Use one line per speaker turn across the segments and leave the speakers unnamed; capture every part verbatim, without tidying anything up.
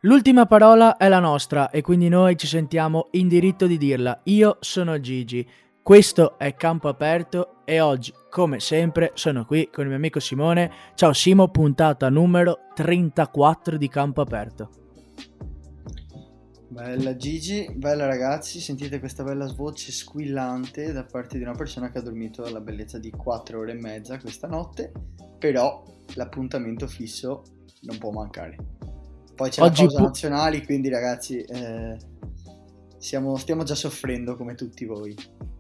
L'ultima parola è la nostra e quindi noi ci sentiamo in diritto di dirla. Io sono Gigi, questo è Campo Aperto e oggi, come sempre, sono qui con il mio amico Simone. Ciao Simo, puntata numero trentaquattro di Campo Aperto.
Bella Gigi, bella ragazzi, sentite questa bella voce squillante da parte di una persona che ha dormito alla bellezza di quattro ore e mezza questa notte, però l'appuntamento fisso non può mancare. Poi c'è oggi la pausa pu- nazionali, quindi ragazzi eh, siamo, stiamo già soffrendo come tutti voi.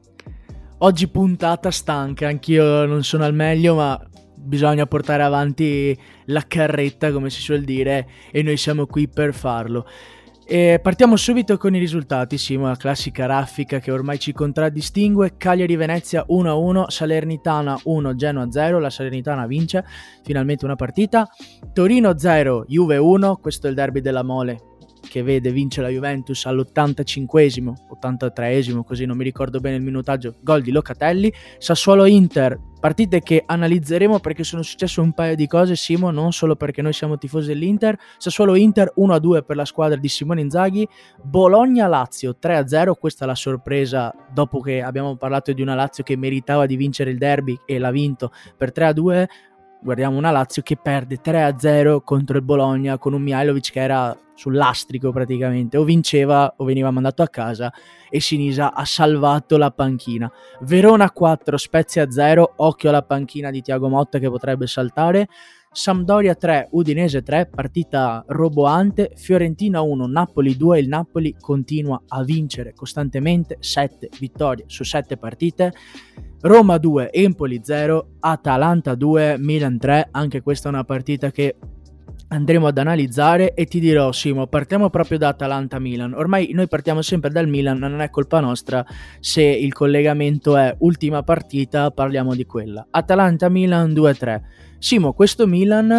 Oggi puntata stanca, anch'io non sono al meglio, ma bisogna portare avanti la carretta, come si suol dire, e noi siamo qui per farlo. E partiamo subito con i risultati, Simo, la classica raffica che ormai ci contraddistingue. Cagliari-Venezia uno a uno, Salernitana uno, Genoa zero, la Salernitana vince finalmente una partita. Torino zero, Juve uno, questo è il derby della Mole che vede vince la Juventus all'ottantacinquesimo, ottantatreesimo, così non mi ricordo bene il minutaggio, gol di Locatelli. Sassuolo-Inter, partite che analizzeremo perché sono successe un paio di cose, Simo, non solo perché noi siamo tifosi dell'Inter. Sassuolo-Inter uno a due per la squadra di Simone Inzaghi. Bologna-Lazio tre a zero, questa è la sorpresa dopo che abbiamo parlato di una Lazio che meritava di vincere il derby e l'ha vinto per tre a due. Guardiamo una Lazio che perde tre a zero contro il Bologna con un Mihajlovic che era sul lastrico praticamente, o vinceva o veniva mandato a casa, e Sinisa ha salvato la panchina. Verona quattro, Spezia zero, occhio alla panchina di Thiago Motta che potrebbe saltare. Sampdoria tre, Udinese tre, partita roboante. Fiorentina uno, Napoli due, il Napoli continua a vincere costantemente, sette vittorie su sette partite. Roma due, Empoli zero, Atalanta due, Milan tre, anche questa è una partita che andremo ad analizzare e ti dirò, Simo, partiamo proprio da Atalanta-Milan. Ormai noi partiamo sempre dal Milan, ma non è colpa nostra se il collegamento è ultima partita, parliamo di quella. Atalanta-Milan due a tre. Simo, questo Milan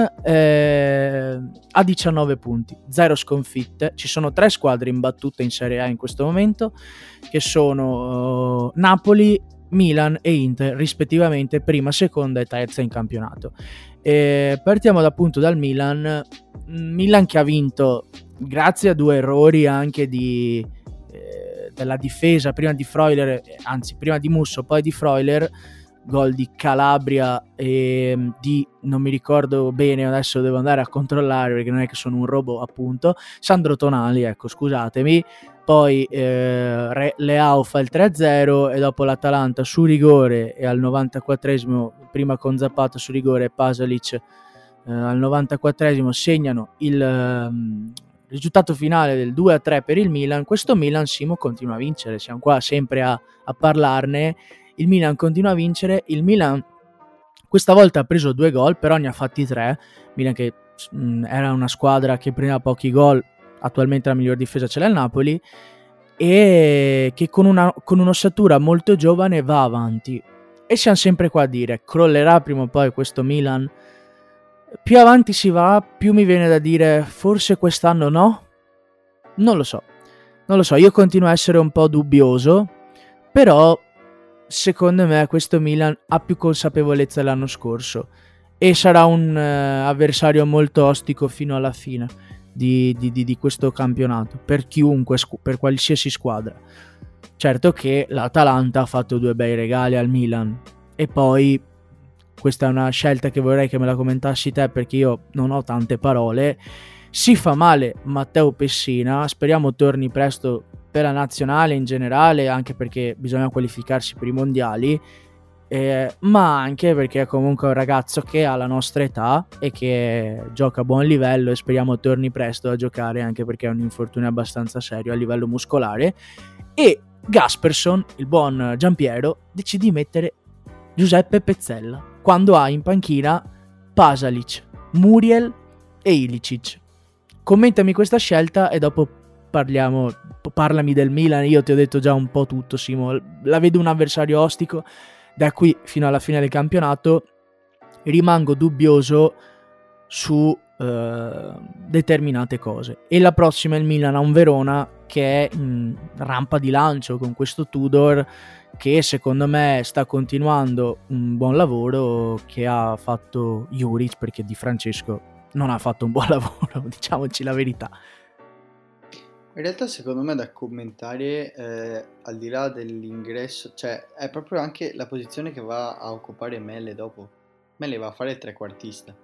eh, ha diciannove punti, zero sconfitte, ci sono tre squadre imbattute in Serie A in questo momento, che sono uh, Napoli, Milan e Inter, rispettivamente prima, seconda e terza in campionato. E partiamo da, appunto dal Milan, Milan che ha vinto grazie a due errori anche di, eh, della difesa, prima di Freuler, anzi prima di Musso, poi di Freuler, gol di Calabria e di, non mi ricordo bene, adesso devo andare a controllare perché non è che sono un robot appunto, Sandro Tonali, ecco scusatemi. Poi eh, Leao fa il tre a zero e dopo l'Atalanta su rigore e al novantaquattresimo, prima con Zapata su rigore e Pasalic eh, al novantaquattresimo segnano il um, risultato finale del due a tre per il Milan. Questo Milan, Simo, continua a vincere, siamo qua sempre a, a parlarne. Il Milan continua a vincere, il Milan questa volta ha preso due gol, però ne ha fatti tre. Milan che mh, era una squadra che prendeva pochi gol, attualmente la miglior difesa ce l'ha il Napoli, e che con, una, con un'ossatura molto giovane va avanti. E siamo sempre qua a dire, crollerà prima o poi questo Milan? Più avanti si va, più mi viene da dire, forse quest'anno no? Non lo so, non lo so, io continuo a essere un po' dubbioso, però secondo me questo Milan ha più consapevolezza dell'anno scorso e sarà un uh, avversario molto ostico fino alla fine di, di, di, di questo campionato per chiunque, per qualsiasi squadra. Certo che l'Atalanta ha fatto due bei regali al Milan e poi questa è una scelta che vorrei che me la commentassi te perché io non ho tante parole. Si fa male Matteo Pessina, speriamo torni presto per la nazionale in generale, anche perché bisogna qualificarsi per i mondiali, eh, ma anche perché è comunque un ragazzo che ha la nostra età e che gioca a buon livello e speriamo torni presto a giocare, anche perché è un infortunio abbastanza serio a livello muscolare. E Gasperson, il buon Giampiero, decide di mettere Giuseppe Pezzella quando ha in panchina Pasalic, Muriel e Ilicic. Commentami questa scelta e dopo parliamo, parlami del Milan. Io ti ho detto già un po' tutto, Simo, la vedo un avversario ostico da qui fino alla fine del campionato. Rimango dubbioso su eh, determinate cose e la prossima il Milan ha un Verona che è in rampa di lancio con questo Tudor che secondo me sta continuando un buon lavoro che ha fatto Juric, perché Di Francesco non ha fatto un buon lavoro, diciamoci la verità.
In realtà secondo me da commentare, eh, al di là dell'ingresso, cioè è proprio anche la posizione che va a occupare Mele dopo. Mele va a fare il trequartista.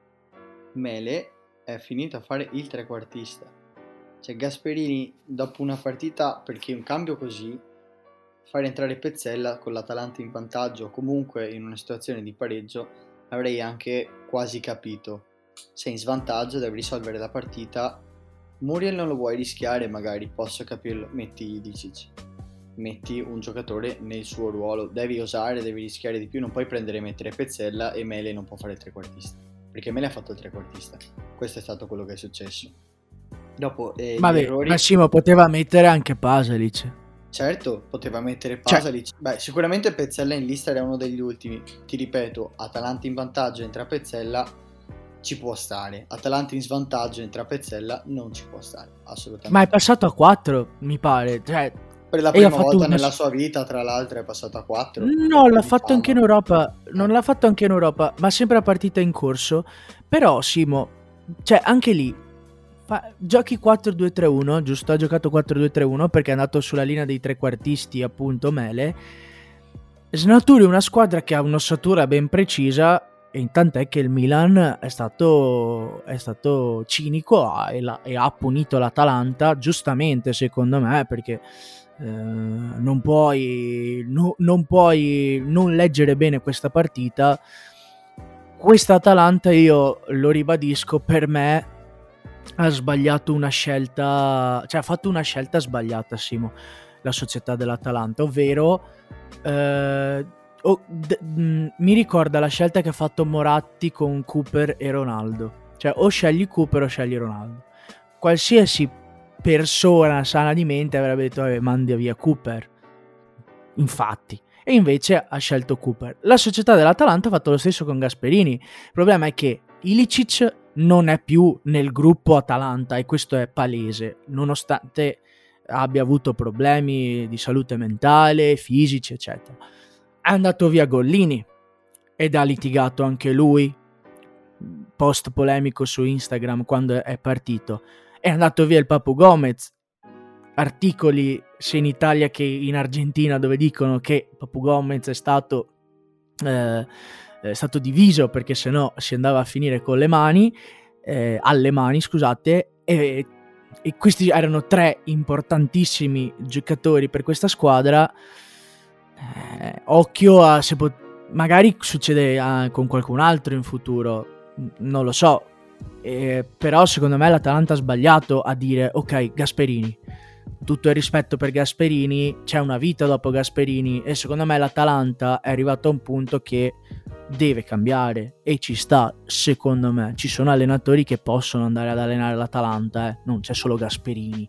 Mele è finito a fare il trequartista. Cioè Gasperini dopo una partita, perché un cambio così, fare entrare Pezzella con l'Atalanta in vantaggio o comunque in una situazione di pareggio, avrei anche quasi capito. Sei in svantaggio, devi risolvere la partita. Muriel non lo vuoi rischiare, magari, posso capirlo, metti Ilicic, metti un giocatore nel suo ruolo, devi osare, devi rischiare di più, non puoi prendere e mettere Pezzella e Mele non può fare il trequartista, perché Mele ha fatto il trequartista, questo è stato quello che è successo. Dopo eh, gli
Vabbè,
errori...
Massimo poteva mettere anche Pasalic.
Certo, poteva mettere
Cioè-
Pasalic, beh sicuramente Pezzella in lista era uno degli ultimi, ti ripeto, Atalanta in vantaggio, entra Pezzella, ci può stare. Atalanta in svantaggio, entra Pezzella, non ci può stare, assolutamente.
Ma è passato a quattro, mi pare. Cioè,
Per la
e ha
prima
fatto
volta
una-
nella sua vita, tra l'altro, è passato a quattro.
No, l'ha
Diciamo.
fatto anche in Europa. Non
Eh.
l'ha fatto anche in Europa, ma sempre a partita in corso. Però, Simo, cioè, anche lì fa- giochi quattro due tre uno, giusto? Ha giocato quattro due tre uno perché è andato sulla linea dei trequartisti, appunto, Mele. Snaturi una squadra che ha un'ossatura ben precisa. E intant'è che il Milan è stato, è stato cinico a- e, la- e ha punito l'Atalanta, giustamente secondo me, perché eh, non puoi, no- non puoi non leggere bene questa partita. Questa Atalanta, io lo ribadisco, per me ha sbagliato una scelta, cioè ha fatto una scelta sbagliata, Simo, la società dell'Atalanta, ovvero eh, oh, d- mh, mi ricorda la scelta che ha fatto Moratti con Cooper e Ronaldo, cioè o scegli Cooper o scegli Ronaldo. Qualsiasi persona sana di mente avrebbe detto eh, mandi via Cooper, infatti, e invece ha scelto Cooper. La società dell'Atalanta ha fatto lo stesso con Gasperini. Il problema è che Ilicic non è più nel gruppo Atalanta e questo è palese, nonostante abbia avuto problemi di salute mentale, fisici, eccetera. È andato via Gollini ed ha litigato anche lui, post polemico su Instagram quando è partito. È andato via il Papu Gomez, articoli sia in Italia che in Argentina dove dicono che Papu Gomez è stato eh, è stato diviso perché sennò si andava a finire con le mani eh, alle mani, scusate, e, e questi erano tre importantissimi giocatori per questa squadra. Eh, occhio a se pot- magari succede ah, con qualcun altro in futuro, non lo so, eh, però secondo me l'Atalanta ha sbagliato a dire ok Gasperini, tutto il rispetto per Gasperini, c'è una vita dopo Gasperini e secondo me l'Atalanta è arrivato a un punto che deve cambiare e ci sta. Secondo me ci sono allenatori che possono andare ad allenare l'Atalanta, eh? Non c'è solo Gasperini.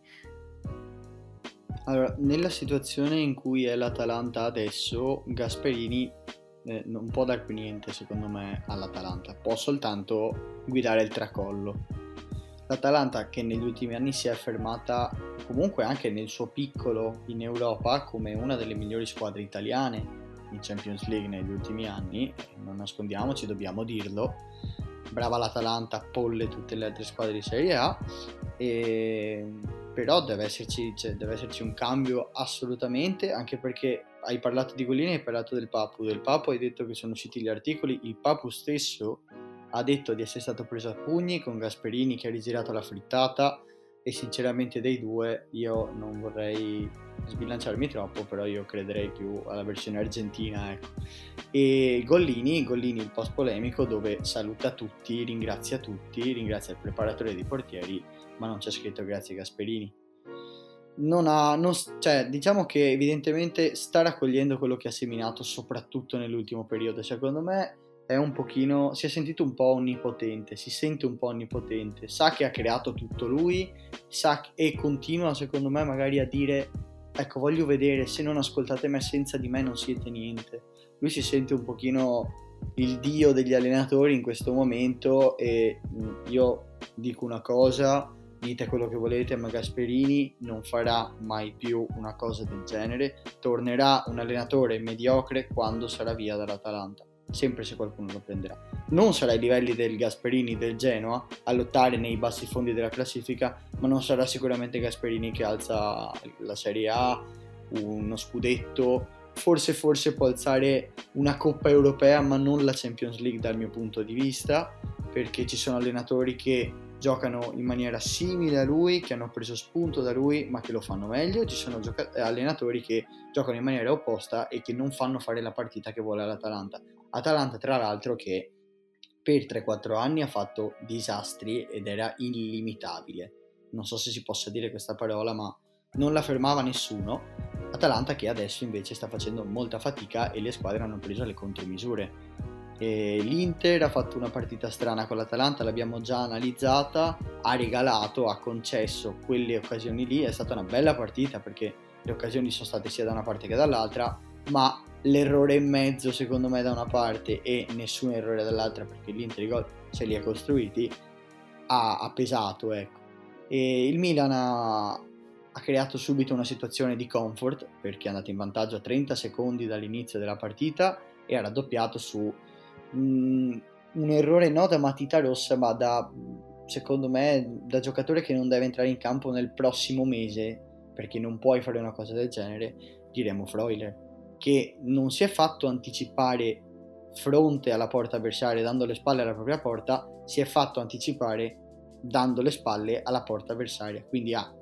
Allora, nella situazione in cui è l'Atalanta adesso, Gasperini eh, non può dar più niente secondo me all'Atalanta, può soltanto guidare il tracollo. L'Atalanta che negli ultimi anni si è affermata comunque anche nel suo piccolo in Europa come una delle migliori squadre italiane in Champions League negli ultimi anni, non nascondiamoci, dobbiamo dirlo. Brava l'Atalanta, polle tutte le altre squadre di Serie A, e... però deve esserci, cioè, deve esserci un cambio assolutamente, anche perché hai parlato di Gollini e hai parlato del Papu. Del Papu hai detto che sono usciti gli articoli, il Papu stesso ha detto di essere stato preso a pugni con Gasperini che ha rigirato la frittata, e sinceramente dei due io non vorrei sbilanciarmi troppo, però io crederei più alla versione argentina, ecco. E Gollini, Gollini il post polemico dove saluta tutti, ringrazia tutti, ringrazia il preparatore dei portieri, ma non c'è scritto grazie Gasperini. Non ha, non, cioè, diciamo che evidentemente sta raccogliendo quello che ha seminato, soprattutto nell'ultimo periodo. Secondo me è un pochino, si è sentito un po' onnipotente, si sente un po' onnipotente, sa che ha creato tutto lui, sa e continua secondo me magari a dire ecco voglio vedere, se non ascoltate me senza di me non siete niente. Lui si sente un pochino il dio degli allenatori in questo momento, e io dico una cosa, dite quello che volete, ma Gasperini non farà mai più una cosa del genere, tornerà un allenatore mediocre quando sarà via dall'Atalanta. sempre se qualcuno lo prenderà. Non sarà ai livelli del Gasperini del Genoa a lottare nei bassi fondi della classifica, ma non sarà sicuramente Gasperini che alza la Serie A, uno scudetto, forse forse può alzare una Coppa Europea, ma non la Champions League dal mio punto di vista, perché ci sono allenatori che giocano in maniera simile a lui, che hanno preso spunto da lui, ma che lo fanno meglio. Ci sono gioca- allenatori che giocano in maniera opposta e che non fanno fare la partita che vuole l'Atalanta. Atalanta, tra l'altro, che per tre quattro anni ha fatto disastri ed era illimitabile. Non so se si possa dire questa parola, ma non la fermava nessuno. Atalanta che adesso invece sta facendo molta fatica e le squadre hanno preso le contromisure. E l'Inter ha fatto una partita strana con l'Atalanta, l'abbiamo già analizzata, ha regalato, ha concesso quelle occasioni lì, è stata una bella partita perché le occasioni sono state sia da una parte che dall'altra, ma l'errore e mezzo secondo me da una parte e nessun errore dall'altra, perché l'Inter i gol ce li ha costruiti, ha, ha pesato, ecco. E il Milan ha, ha creato subito una situazione di comfort perché è andato in vantaggio a trenta secondi dall'inizio della partita e ha raddoppiato su un errore no da matita rossa, ma da, secondo me, da giocatore che non deve entrare in campo nel prossimo mese, perché non puoi fare una cosa del genere, diremo Freuler, che non si è fatto anticipare fronte alla porta avversaria dando le spalle alla propria porta, si è fatto anticipare dando le spalle alla porta avversaria, quindi ha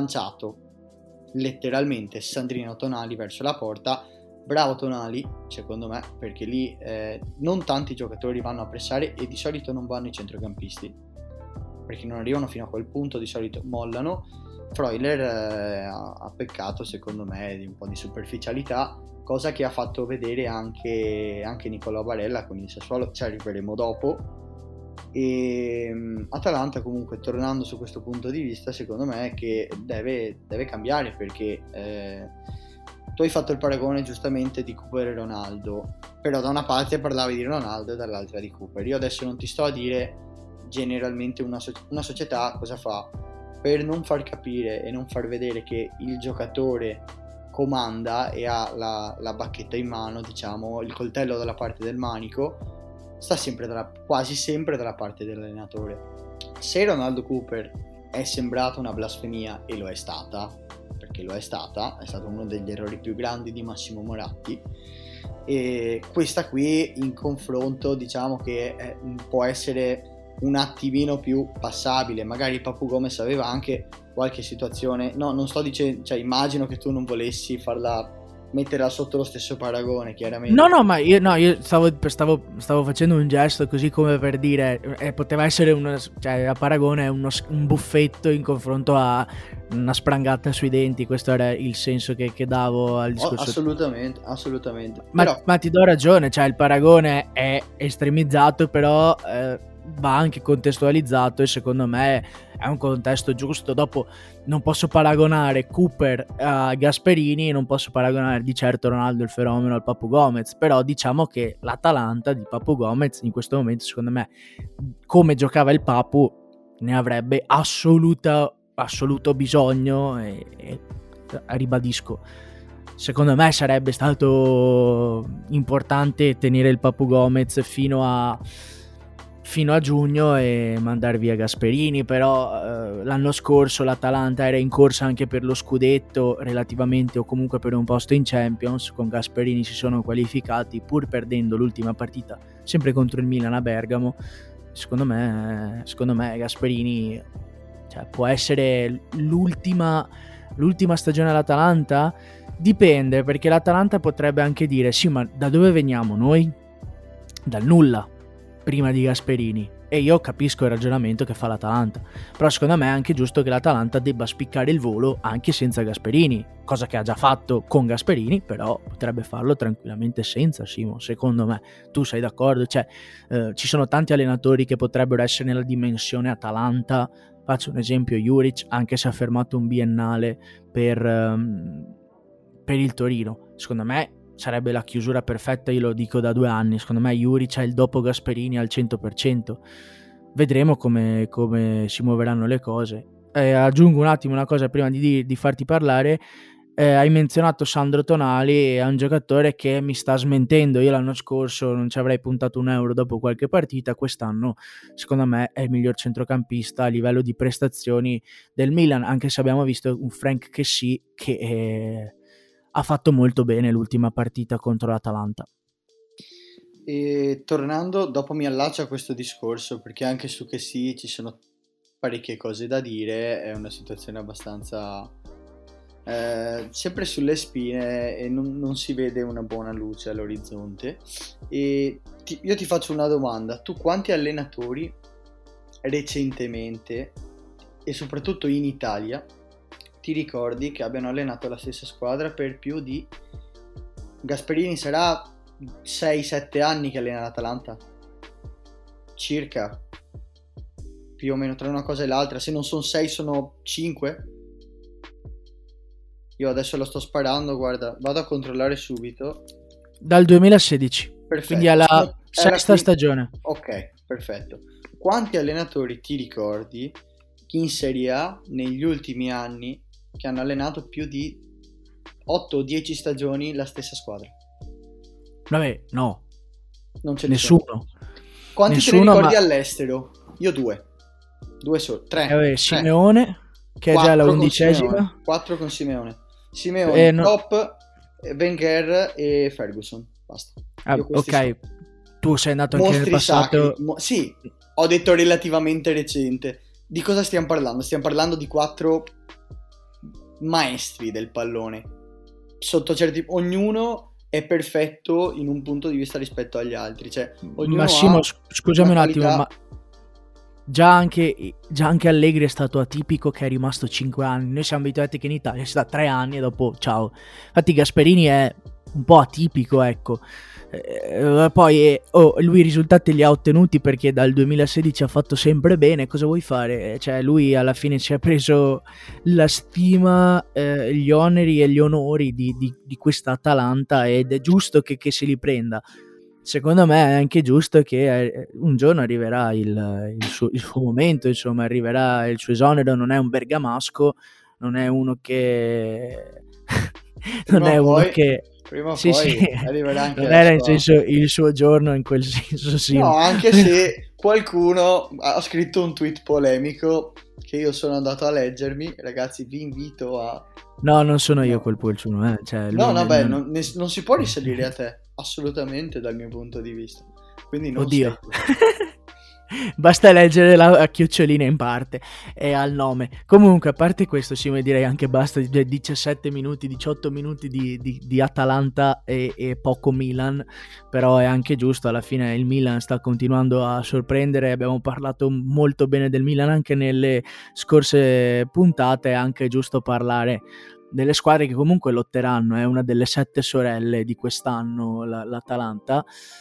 lanciato letteralmente Sandrino Tonali verso la porta. Bravo Tonali, secondo me, perché lì eh, non tanti giocatori vanno a pressare e di solito non vanno i centrocampisti, perché non arrivano fino a quel punto, di solito mollano. Freuler eh, ha, ha peccato, secondo me, di un po' di superficialità, cosa che ha fatto vedere anche, anche Nicolò Barella con il Sassuolo, ci arriveremo dopo. E um, Atalanta comunque, tornando su questo punto di vista, secondo me che deve, deve cambiare, perché... Eh, tu hai fatto il paragone giustamente di Cooper e Ronaldo, però da una parte parlavi di Ronaldo e dall'altra di Cooper. Io adesso non ti sto a dire generalmente una, so- una società cosa fa per non far capire e non far vedere che il giocatore comanda e ha la, la bacchetta in mano, diciamo, il coltello dalla parte del manico, sta sempre dalla, quasi sempre dalla parte dell'allenatore. Se Ronaldo Cooper è sembrata una blasfemia, e lo è stata, perché lo è stata, è stato uno degli errori più grandi di Massimo Moratti, e questa qui in confronto diciamo che è, può essere un attimino più passabile. Magari Papu Gomez aveva anche qualche situazione, no, non sto dicendo, cioè immagino che tu non volessi farla metterla sotto lo stesso paragone, chiaramente.
No, no, ma io, no, io stavo, stavo, stavo facendo un gesto così come per dire, eh, poteva essere una, cioè a paragone uno, un buffetto in confronto a una sprangata sui denti. Questo era il senso che, che davo al discorso.
Oh, assolutamente, assolutamente.
Ma,
però...
ma ti do ragione, cioè il paragone è estremizzato, però eh, va anche contestualizzato, e secondo me è un contesto giusto. Dopo non posso paragonare Cooper a Gasperini, non posso paragonare di certo Ronaldo il fenomeno al Papu Gomez, però diciamo che l'Atalanta di Papu Gomez in questo momento, secondo me, come giocava il Papu, ne avrebbe assoluta, assoluto bisogno, e, e ribadisco, secondo me sarebbe stato importante tenere il Papu Gomez fino a fino a giugno e mandare via Gasperini. Però eh, l'anno scorso l'Atalanta era in corsa anche per lo scudetto relativamente, o comunque per un posto in Champions. Con Gasperini si sono qualificati pur perdendo l'ultima partita sempre contro il Milan a Bergamo. Secondo me secondo me Gasperini, cioè, può essere l'ultima l'ultima stagione all'Atalanta. Dipende, perché l'Atalanta potrebbe anche dire sì, ma da dove veniamo noi? Dal nulla prima di Gasperini, e io capisco il ragionamento che fa l'Atalanta, però secondo me è anche giusto che l'Atalanta debba spiccare il volo anche senza Gasperini, cosa che ha già fatto con Gasperini, però potrebbe farlo tranquillamente senza, Simo, secondo me. Tu sei d'accordo? Cioè eh, ci sono tanti allenatori che potrebbero essere nella dimensione Atalanta. Faccio un esempio: Juric, anche se ha fermato un biennale per, um, per il Torino, secondo me sarebbe la chiusura perfetta. Io lo dico da due anni, secondo me Juric è il dopo Gasperini al cento per cento. Vedremo come, come si muoveranno le cose. Eh, aggiungo un attimo una cosa prima di, di farti parlare. eh, hai menzionato Sandro Tonali, è un giocatore che mi sta smentendo. Io l'anno scorso non ci avrei puntato un euro dopo qualche partita, quest'anno secondo me è il miglior centrocampista a livello di prestazioni del Milan, anche se abbiamo visto un Frank Kessie che eh, ha fatto molto bene l'ultima partita contro l'Atalanta.
E tornando, dopo mi allaccio a questo discorso, perché anche su Kessie ci sono parecchie cose da dire, è una situazione abbastanza eh, sempre sulle spine e non, non si vede una buona luce all'orizzonte. E ti, io ti faccio una domanda: tu quanti allenatori recentemente e soprattutto in Italia ti ricordi che abbiano allenato la stessa squadra per più di... Gasperini sarà sei sette anni che allena l'Atalanta? Circa, più o meno, tra una cosa e l'altra. Se non sono sei sono cinque. Io adesso lo sto sparando, guarda, vado a controllare subito.
Dal duemilasedici.
Perfetto.
Quindi alla
Sono-
sesta
qui-
stagione.
Ok, perfetto. Quanti allenatori ti ricordi in Serie A negli ultimi anni che hanno allenato più di otto o dieci stagioni la stessa squadra?
Vabbè, no,
Non ce ne sono.
nessuno.
Quanti
Nessuno,
te ne ricordi
ma-
all'estero? Io due. Due solo. Tre.
Eh, vabbè,
Tre.
Simeone, che è già
Quattro
la
con
undicesima.
Simeone. Quattro con Simeone. Simeone,
Eh, no.
Klopp, eh, Wenger e Ferguson. Basta.
Ah,
Io questi
ok, tu sei andato anche nel
Mostri
passato.
sacri. Mo- sì, ho detto relativamente recente. Di cosa stiamo parlando? Stiamo parlando di quattro maestri del pallone. Sotto certi... Ognuno è perfetto in un punto di vista rispetto agli altri. Cioè, ognuno
Massimo,
ha
sc- scusami un
una
attimo,
qualità-
ma già anche, già anche Allegri è stato atipico, che è rimasto cinque anni. Noi siamo abituati che in Italia si sta tre anni e dopo ciao. Infatti Gasperini è un po' atipico, ecco. Eh, poi eh, oh, lui i risultati li ha ottenuti perché dal duemilasedici ha fatto sempre bene. Cosa vuoi fare? Cioè, lui alla fine ci ha preso la stima, eh, gli oneri e gli onori di, di, di questa Atalanta, ed è giusto che, che se li prenda. Secondo me è anche giusto che eh, un giorno arriverà il, il, suo, il suo momento, insomma, arriverà il suo esonero. Non è un bergamasco, non è uno che non
Prima
è
o
uno
poi-
che
Prima o
sì,
poi
sì.
arriverà anche
non
la
era in
sua-
senso il suo giorno in quel senso, sì.
No, anche se qualcuno ha scritto un tweet polemico che io sono andato a leggermi. Ragazzi, vi invito a...
No, non sono io
No.
quel polciuno, eh. Cioè, lui
No, no, beh,
non-
non, ne- non si può risalire a te, assolutamente, dal mio punto di vista. Quindi non
Oddio.
sei tu.
Basta leggere la chiocciolina in parte e al nome. Comunque, a parte questo, sì, mi direi anche basta. diciassette minuti, diciotto minuti di, di, di Atalanta e, e poco Milan. Però è anche giusto, alla fine il Milan sta continuando a sorprendere. Abbiamo parlato molto bene del Milan anche nelle scorse puntate. È anche giusto parlare delle squadre che comunque lotteranno. È una delle sette sorelle di quest'anno, la, l'Atalanta.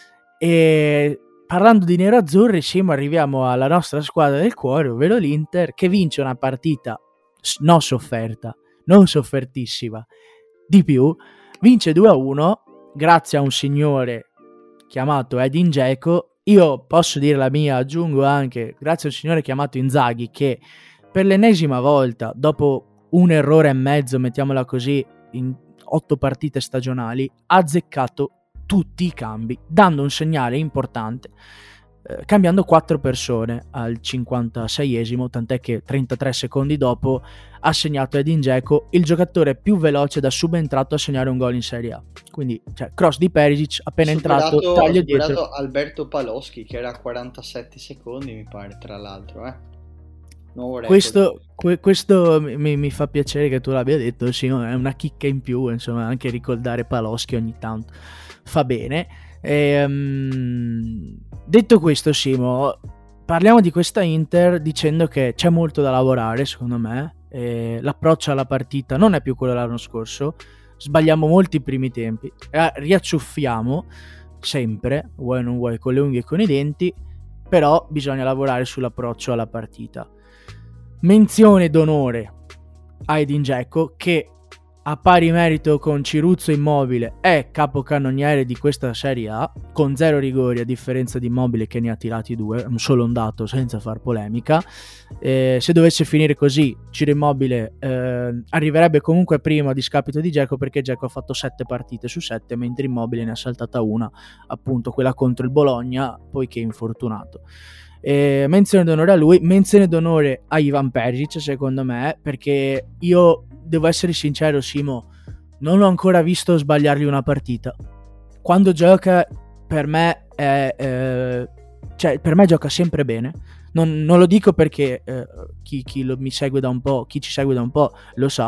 E parlando di nerazzurri, sì, ma arriviamo alla nostra squadra del cuore, ovvero l'Inter, che vince una partita s- non sofferta, non soffertissima, di più, vince due a uno grazie a un signore chiamato Edin Dzeko. Io posso dire la mia, aggiungo anche grazie a un signore chiamato Inzaghi, che per l'ennesima volta, dopo un errore e mezzo, mettiamola così, in otto partite stagionali, ha azzeccato tutti i cambi, dando un segnale importante, eh, cambiando quattro persone al cinquantaseiesimo, tant'è che trentatré secondi dopo ha segnato Edin Dzeko, il giocatore più veloce da subentrato a segnare un gol in Serie A. Quindi, cioè, cross di Perisic, appena entrato,
Superato-
taglio
superato
dietro.
Alberto Paloschi, che era a quarantasette secondi, mi pare, tra l'altro, eh. Nuovo record.
Questo, que- questo mi, mi fa piacere che tu l'abbia detto, sì, è una chicca in più, insomma, anche ricordare Paloschi ogni tanto fa bene. Ehm, detto questo, Simo, parliamo di questa Inter dicendo che c'è molto da lavorare, secondo me. Eh, l'approccio alla partita non è più quello dell'anno scorso, sbagliamo molti i primi tempi, eh, riacciuffiamo sempre, vuoi o non vuoi, con le unghie e con i denti, però bisogna lavorare sull'approccio alla partita. Menzione d'onore a Edin Dzeko, che a pari merito con Ciruzzo Immobile, è capocannoniere di questa Serie A, con zero rigori a differenza di Immobile che ne ha tirati due, solo un dato senza far polemica. Eh, se dovesse finire così, Ciro Immobile eh, arriverebbe comunque primo a discapito di Dzeko, perché Dzeko ha fatto sette partite su sette, mentre Immobile ne ha saltata una, appunto quella contro il Bologna, poiché infortunato. Eh, menzione d'onore a lui, menzione d'onore a Ivan Perisic secondo me, perché io devo essere sincero, Simo, non l'ho ancora visto sbagliargli una partita. Quando gioca per me è, eh, cioè per me gioca sempre bene. Non, non lo dico perché eh, chi, chi lo, mi segue da un po', chi ci segue da un po' lo sa.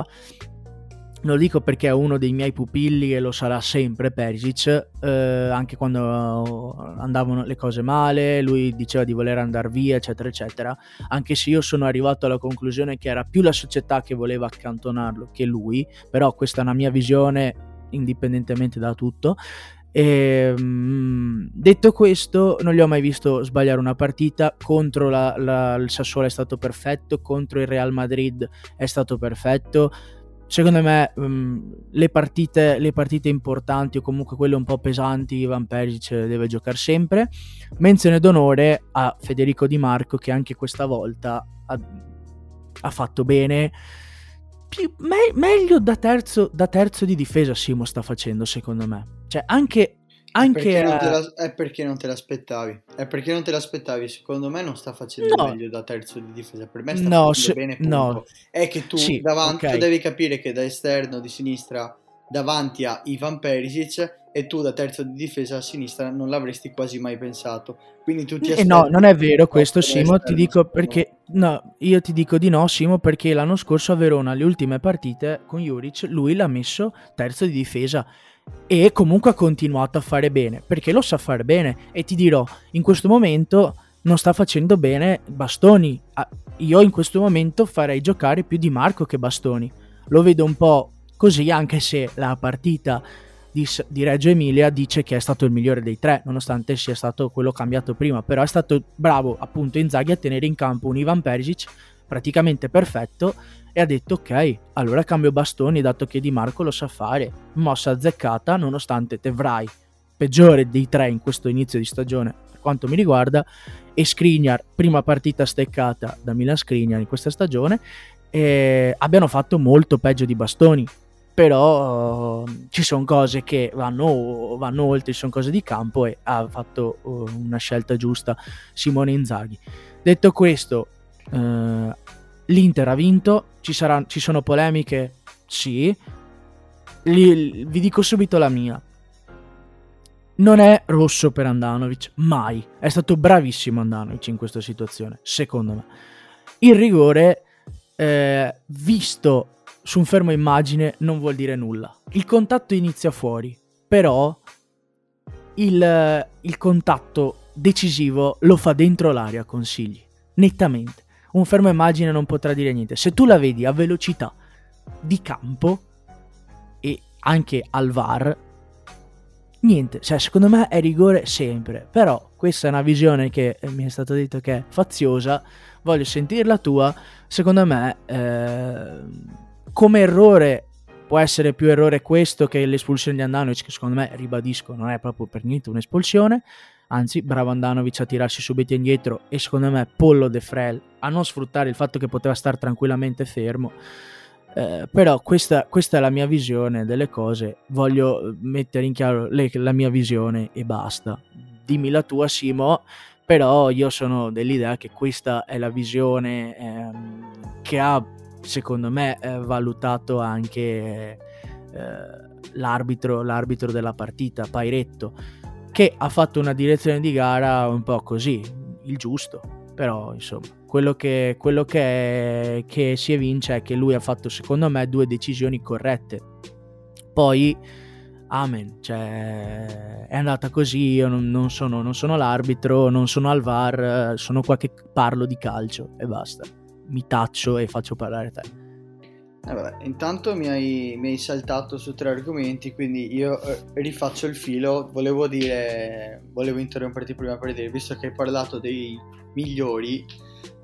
Non lo dico perché è uno dei miei pupilli e lo sarà sempre Perisic, eh, anche quando andavano le cose male, lui diceva di voler andare via, eccetera, eccetera, anche se io sono arrivato alla conclusione che era più la società che voleva accantonarlo che lui, però questa è una mia visione indipendentemente da tutto. E, mh, detto questo, non gli ho mai visto sbagliare una partita. Contro la, la, il Sassuolo è stato perfetto, contro il Real Madrid è stato perfetto. Secondo me um, le partite le partite importanti o comunque quelle un po' pesanti Ivan Perisic deve giocare sempre. Menzione d'onore a Federico Di Marco, che anche questa volta ha, ha fatto bene. Più, me, meglio da terzo, da terzo di difesa Simo sta facendo, secondo me. Cioè anche... Anche
è, perché non te
a...
la, è perché non te l'aspettavi. È perché non te l'aspettavi. Secondo me non sta facendo
no,
meglio da terzo di difesa. Per me sta
no,
facendo
se,
bene, punto.
no.
È che tu
Sì,
davanti,
ok.
tu devi capire che da esterno di sinistra davanti a Ivan Perisic, e tu da terzo di difesa a sinistra non l'avresti quasi mai pensato. Quindi tu ti
Eh
aspetti...
no, non è vero questo,
da
Simo, ti
esterno,
dico
secondo me.
perché no, io ti dico di no, Simo, perché l'anno scorso a Verona, le ultime partite con Juric, lui l'ha messo terzo di difesa e comunque ha continuato a fare bene, perché lo sa fare bene. E ti dirò, in questo momento non sta facendo bene Bastoni. Io in questo momento farei giocare più Di Marco che Bastoni. Lo vedo un po' così, anche se la partita di, di Reggio Emilia dice che è stato il migliore dei tre, nonostante sia stato quello cambiato prima. Però è stato bravo appunto Inzaghi a tenere in campo un Ivan Perisic praticamente perfetto, e ha detto ok, allora cambio Bastoni, dato che Di Marco lo sa fare. Mossa azzeccata, nonostante Tevrai, peggiore dei tre in questo inizio di stagione per quanto mi riguarda, e Skriniar, prima partita steccata da Milan Skriniar in questa stagione, e abbiano fatto molto peggio di Bastoni. Però uh, ci sono cose che vanno, vanno oltre, ci sono cose di campo, e ha fatto uh, una scelta giusta Simone Inzaghi. Detto questo, uh, l'Inter ha vinto, ci, sarà, ci sono polemiche, sì. Li, vi dico subito la mia. Non è rosso per Handanovic, mai. È stato bravissimo Handanovic in questa situazione, secondo me. Il rigore, eh, visto su un fermo immagine, non vuol dire nulla. Il contatto inizia fuori, però il, il contatto decisivo lo fa dentro l'area, consigli, nettamente. Un fermo immagine non potrà dire niente. Se tu la vedi a velocità di campo e anche al V A R, niente, cioè secondo me è rigore sempre. Però questa è una visione che mi è stato detto che è faziosa, voglio sentire la tua. Secondo me eh, come errore può essere più errore questo che l'espulsione di Handanovic, che secondo me, ribadisco, non è proprio per niente un'espulsione. Anzi, bravo Handanovic a tirarsi subito indietro, e secondo me pollo De Frel a non sfruttare il fatto che poteva stare tranquillamente fermo. Eh, però questa, questa è la mia visione delle cose. Voglio mettere in chiaro le, la mia visione e basta. Dimmi la tua, Simo. Però io sono dell'idea che questa è la visione ehm, che ha, secondo me, eh, valutato anche eh, l'arbitro, l'arbitro della partita, Pairetto, che ha fatto una direzione di gara un po' così, il giusto. Però insomma, quello che, quello che, che si evince è che lui ha fatto, secondo me, due decisioni corrette. Poi amen, cioè è andata così. Io non, non, sono, non sono l'arbitro, non sono al V A R, sono qua che parlo di calcio e basta. Mi taccio e faccio parlare te.
Eh vabbè, intanto mi hai, mi hai saltato su tre argomenti, quindi io eh, rifaccio il filo. Volevo dire, volevo interromperti prima per dire, visto che hai parlato dei migliori,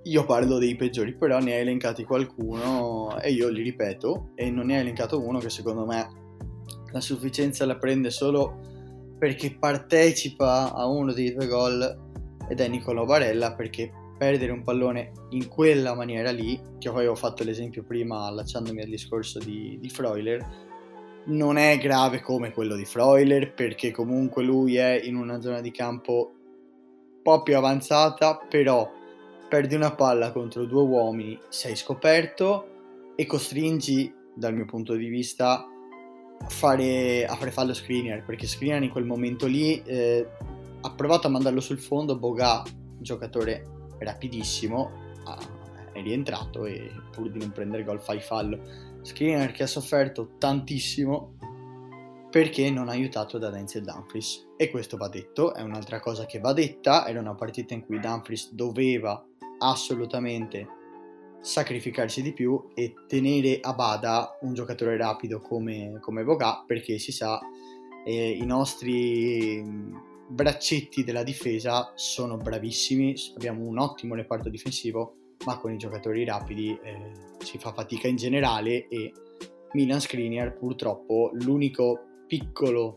io parlo dei peggiori, però ne hai elencati qualcuno e io li ripeto, e non ne hai elencato uno che secondo me la sufficienza la prende solo perché partecipa a uno dei due gol, ed è Nicolò Barella, perché perdere un pallone in quella maniera lì, che poi avevo fatto l'esempio prima allacciandomi al discorso di, di Freuler, non è grave come quello di Freuler, perché comunque lui è in una zona di campo un po' più avanzata, però perdi una palla contro due uomini, sei scoperto e costringi, dal mio punto di vista, a fare, a fare fallo Skriniar, perché Skriniar in quel momento lì eh, ha provato a mandarlo sul fondo. Boga, un giocatore rapidissimo, ah, è rientrato e pur di non prendere gol fai fallo. Skriniar che ha sofferto tantissimo perché non ha aiutato da Denzel e Dumfries, e questo va detto, è un'altra cosa che va detta. Era una partita in cui Dumfries doveva assolutamente sacrificarsi di più e tenere a bada un giocatore rapido come, come Boga, perché si sa eh, i nostri braccetti della difesa sono bravissimi, abbiamo un ottimo reparto difensivo, ma con i giocatori rapidi eh, si fa fatica in generale, e Milan Skriniar purtroppo l'unico piccolo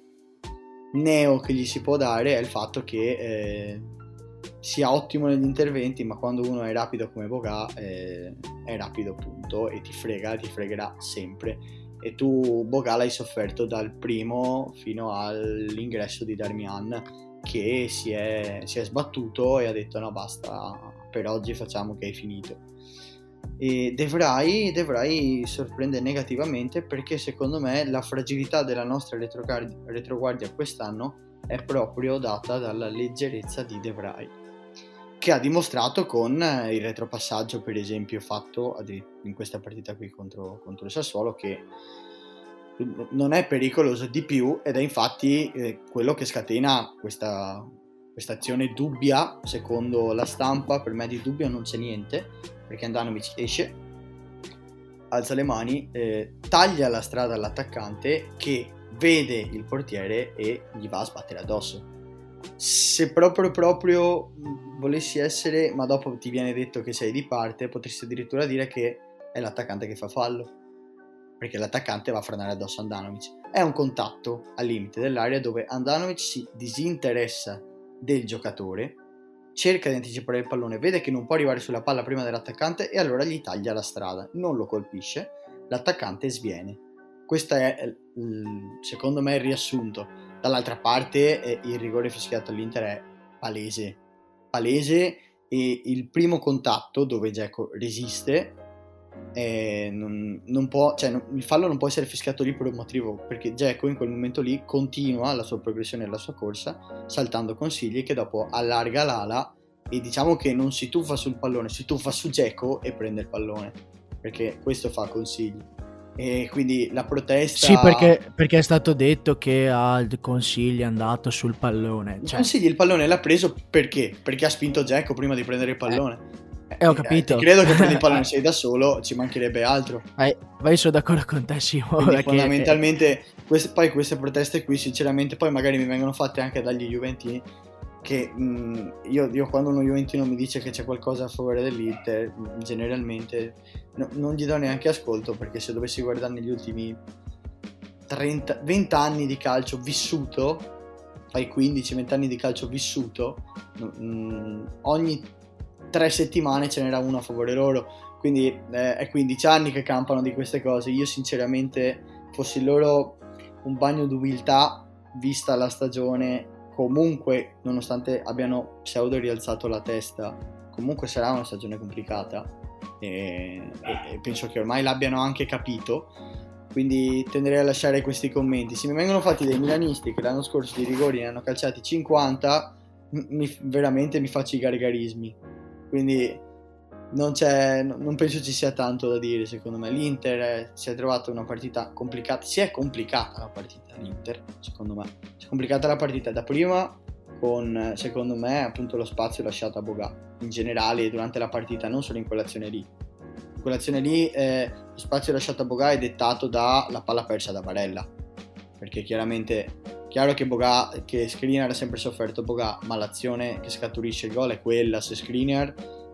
neo che gli si può dare è il fatto che eh, sia ottimo negli interventi, ma quando uno è rapido come Boga eh, è rapido punto, e ti frega, ti fregherà sempre. E tu Boga l'hai sofferto dal primo fino all'ingresso di Darmian, che si è, si è sbattuto e ha detto no basta, per oggi facciamo che è finito. E De Vrij, De Vrij sorprende negativamente, perché secondo me la fragilità della nostra retroguardia, retroguardia quest'anno è proprio data dalla leggerezza di De Vrij, che ha dimostrato con il retropassaggio per esempio fatto in questa partita qui contro, contro il Sassuolo, che non è pericoloso di più, ed è infatti eh, quello che scatena questa questa azione dubbia. Secondo la stampa, per me di dubbio non c'è niente, perché Andanovic esce, alza le mani, eh, taglia la strada all'attaccante, che vede il portiere e gli va a sbattere addosso. Se proprio proprio volessi essere, ma dopo ti viene detto che sei di parte, potresti addirittura dire che è l'attaccante che fa fallo, perché l'attaccante va a frenare addosso Andanovic. È un contatto al limite dell'area dove Andanovic si disinteressa del giocatore, cerca di anticipare il pallone, vede che non può arrivare sulla palla prima dell'attaccante e allora gli taglia la strada, non lo colpisce, l'attaccante sviene. Questo è secondo me il riassunto. Dall'altra parte eh, il rigore fischiato all'Inter è palese palese e il primo contatto dove Dzeko resiste eh, non, non può, cioè non, il fallo non può essere fischiato lì per un motivo, perché Dzeko in quel momento lì continua la sua progressione e la sua corsa saltando consigli, che dopo allarga l'ala e diciamo che non si tuffa sul pallone, si tuffa su Dzeko e prende il pallone, perché questo fa consigli. E quindi la protesta,
sì, perché, perché è stato detto che al consigli è andato sul pallone,
il
cioè...
consigli il pallone l'ha preso perché? Perché ha spinto Dzeko prima di prendere il pallone.
eh. Eh, ho capito.
Eh, ti credo che prendi il pallone sei da solo, ci mancherebbe altro.
Vai, vai, sono d'accordo con te, Simo.
Quindi fondamentalmente queste, poi queste proteste qui sinceramente poi magari mi vengono fatte anche dagli juventini, che mh, io, io quando uno juventino mi dice che c'è qualcosa a favore dell'Inter, generalmente no, non gli do neanche ascolto, perché se dovessi guardare negli ultimi trenta, venti anni di calcio vissuto, fai quindici venti anni di calcio vissuto, mh, ogni tre settimane ce n'era uno a favore loro, quindi eh, è quindici anni che campano di queste cose. Io sinceramente fossi loro un bagno d'umiltà vista la stagione, comunque nonostante abbiano pseudo rialzato la testa, comunque sarà una stagione complicata e, e, e penso che ormai l'abbiano anche capito, quindi tenderei a lasciare questi commenti. Se mi vengono fatti dei milanisti che l'anno scorso di rigori ne hanno calciati cinquanta, mi, veramente mi faccio i gargarismi. Quindi non c'è, non penso ci sia tanto da dire. Secondo me l'Inter è, si è trovata una partita complicata, si è complicata la partita l'Inter, secondo me si è complicata la partita da prima con, secondo me, appunto lo spazio lasciato a Boga in generale durante la partita, non solo in quell'azione lì. In quell'azione lì eh, lo spazio lasciato a Boga è dettato dalla palla persa da Barella, perché chiaramente chiaro che Boga, che Skriniar ha sempre sofferto Boga, ma l'azione che scaturisce il gol è quella. Se Skriniar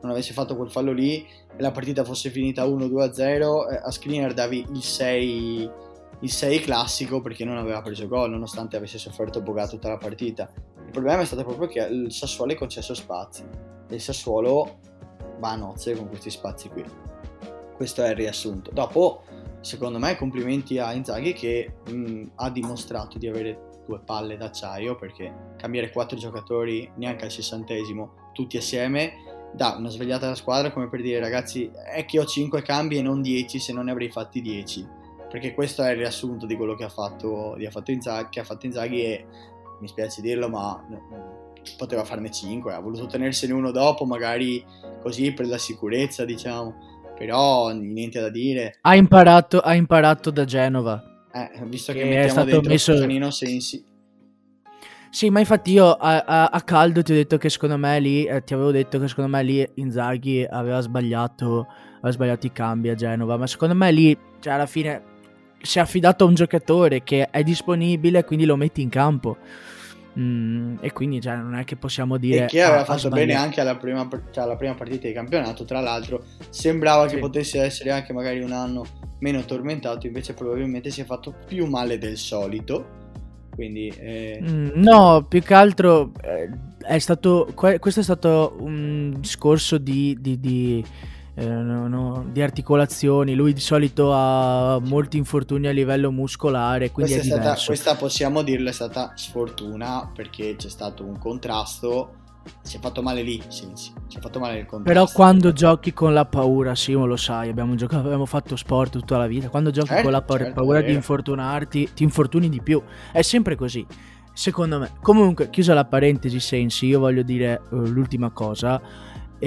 non avesse fatto quel fallo lì e la partita fosse finita uno due a zero, eh, a Skriniar davi il sei, il sei classico perché non aveva preso gol nonostante avesse sofferto Boga tutta la partita. Il problema è stato proprio che il Sassuolo è concesso spazi e il Sassuolo va a nozze con questi spazi qui. Questo è il riassunto. Dopo, secondo me, complimenti a Inzaghi che mh, ha dimostrato di avere due palle d'acciaio, perché cambiare quattro giocatori neanche al sessantesimo tutti assieme dà una svegliata alla squadra, come per dire ragazzi è che ho cinque cambi e non dieci, se non ne avrei fatti dieci, perché questo è il riassunto di quello che ha fatto, che ha fatto Inzaghi, che ha fatto Inzaghi e mi spiace dirlo ma poteva farne cinque, ha voluto tenersene uno dopo magari così per la sicurezza, diciamo, però niente da dire.
Ha imparato, ha imparato da Genova.
Eh, visto che,
che
mettiamo
è stato
dentro
messo...
Stefanino Sensi.
Sì, ma infatti io a, a, a caldo ti ho detto che secondo me lì, eh, ti avevo detto che secondo me lì Inzaghi aveva sbagliato, aveva sbagliato i cambi a Genova, ma secondo me lì, cioè alla fine si è affidato a un giocatore che è disponibile, quindi lo metti in campo. Mm, e quindi cioè, non è che possiamo dire
e che aveva
ah,
fatto bene anche alla prima, cioè alla prima partita di campionato, tra l'altro sembrava sì. che potesse essere anche magari un anno meno tormentato, invece probabilmente si è fatto più male del solito, quindi eh...
mm, no, più che altro eh, è stato questo è stato un discorso di, di, di Eh, no, no, di articolazioni. Lui di solito ha molti infortuni a livello muscolare, quindi
questa
è,
è
diverso.
Stata, questa possiamo dirlo è stata sfortuna, perché c'è stato un contrasto, si è fatto male lì, sì, sì, si è fatto male il contrasto.
Però quando giochi con la paura, Simo, lo sai, abbiamo, giocato, abbiamo fatto sport tutta la vita, quando giochi certo, con la paura, certo, paura di infortunarti, ti infortuni di più, è sempre così, secondo me. Comunque, chiusa la parentesi Sensi, io voglio dire uh, l'ultima cosa,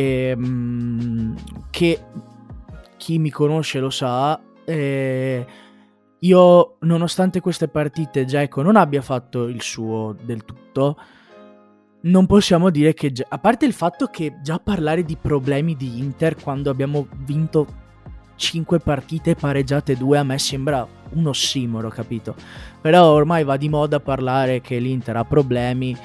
ehm, che chi mi conosce lo sa, eh, io nonostante queste partite Dzeko non abbia fatto il suo del tutto, non possiamo dire che, a parte il fatto che già parlare di problemi di Inter quando abbiamo vinto cinque partite e pareggiate due a me sembra un ossimoro, capito? Però ormai va di moda parlare che l'Inter ha problemi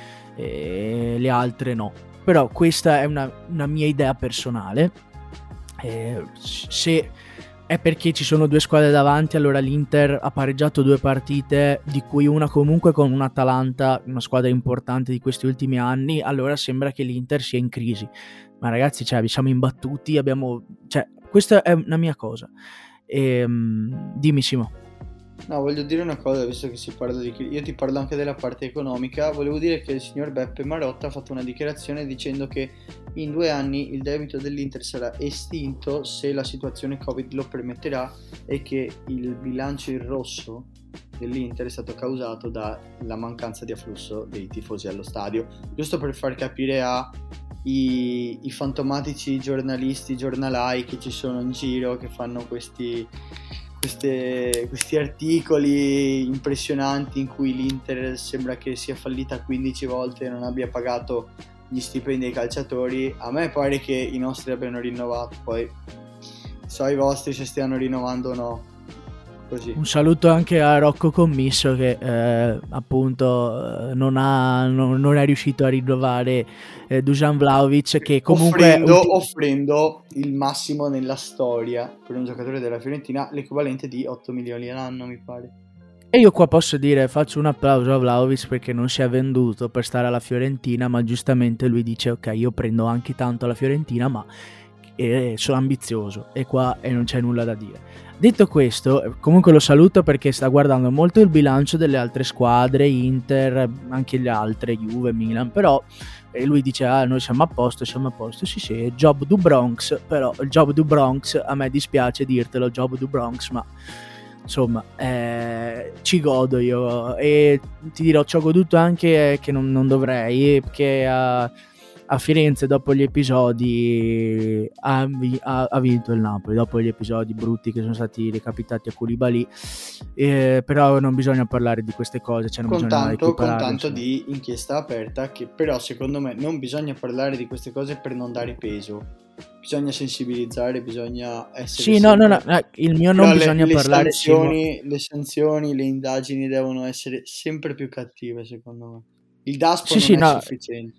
e le altre no. Però questa è una, una mia idea personale. Eh, se è perché ci sono due squadre davanti, allora l'Inter ha pareggiato due partite, di cui una comunque con un Atalanta, una squadra importante di questi ultimi anni, allora sembra che l'Inter sia in crisi. Ma ragazzi, cioè, vi siamo imbattuti, abbiamo... Cioè, questa è una mia cosa. E, um, dimmi Simo.
No, voglio dire una cosa, visto che si parla di... Io ti parlo anche della parte economica. Volevo dire che il signor Beppe Marotta ha fatto una dichiarazione dicendo che in due anni il debito dell'Inter sarà estinto se la situazione Covid lo permetterà e che il bilancio in rosso dell'Inter è stato causato dalla mancanza di afflusso dei tifosi allo stadio. Giusto per far capire a i, i fantomatici giornalisti, giornalai che ci sono in giro, che fanno questi... Queste, questi articoli impressionanti in cui l'Inter sembra che sia fallita quindici volte e non abbia pagato gli stipendi ai calciatori. A me pare che i nostri abbiano rinnovato, poi so i vostri se stiano rinnovando o no. Così.
Un saluto anche a Rocco Commisso che eh, appunto non, ha, non, non è riuscito a rinnovare eh, Dusan Vlahovic, che comunque
offrendo, ulti- offrendo il massimo nella storia per un giocatore della Fiorentina, l'equivalente di otto milioni all'anno mi pare.
E io qua posso dire, faccio un applauso a Vlahovic perché non si è venduto per stare alla Fiorentina, ma giustamente lui dice ok, io prendo anche tanto alla Fiorentina ma eh, sono ambizioso e qua e non c'è nulla da dire. Detto questo, comunque lo saluto perché sta guardando molto il bilancio delle altre squadre, Inter, anche le altre, Juve, Milan, però e lui dice ah noi siamo a posto, siamo a posto, sì sì, job du Bronx, però il job du Bronx, a me dispiace dirtelo, job du Bronx, ma insomma eh, ci godo io e ti dirò, ci ho goduto anche che non, non dovrei, perché a, a Firenze dopo gli episodi ha, ha, ha vinto il Napoli, dopo gli episodi brutti che sono stati recapitati a Koulibaly, eh, però non bisogna parlare di queste cose, cioè non
con
bisogna
tanto, con tanto
insomma.
di inchiesta aperta, che però secondo me non bisogna parlare di queste cose per non dare peso, bisogna sensibilizzare, bisogna essere
sì, no, no, no, no, il mio non
però
bisogna
le,
parlare
le sanzioni, le sanzioni, le indagini devono essere sempre più cattive secondo me. Il Daspo
sì,
non
sì,
è
no.
sufficiente.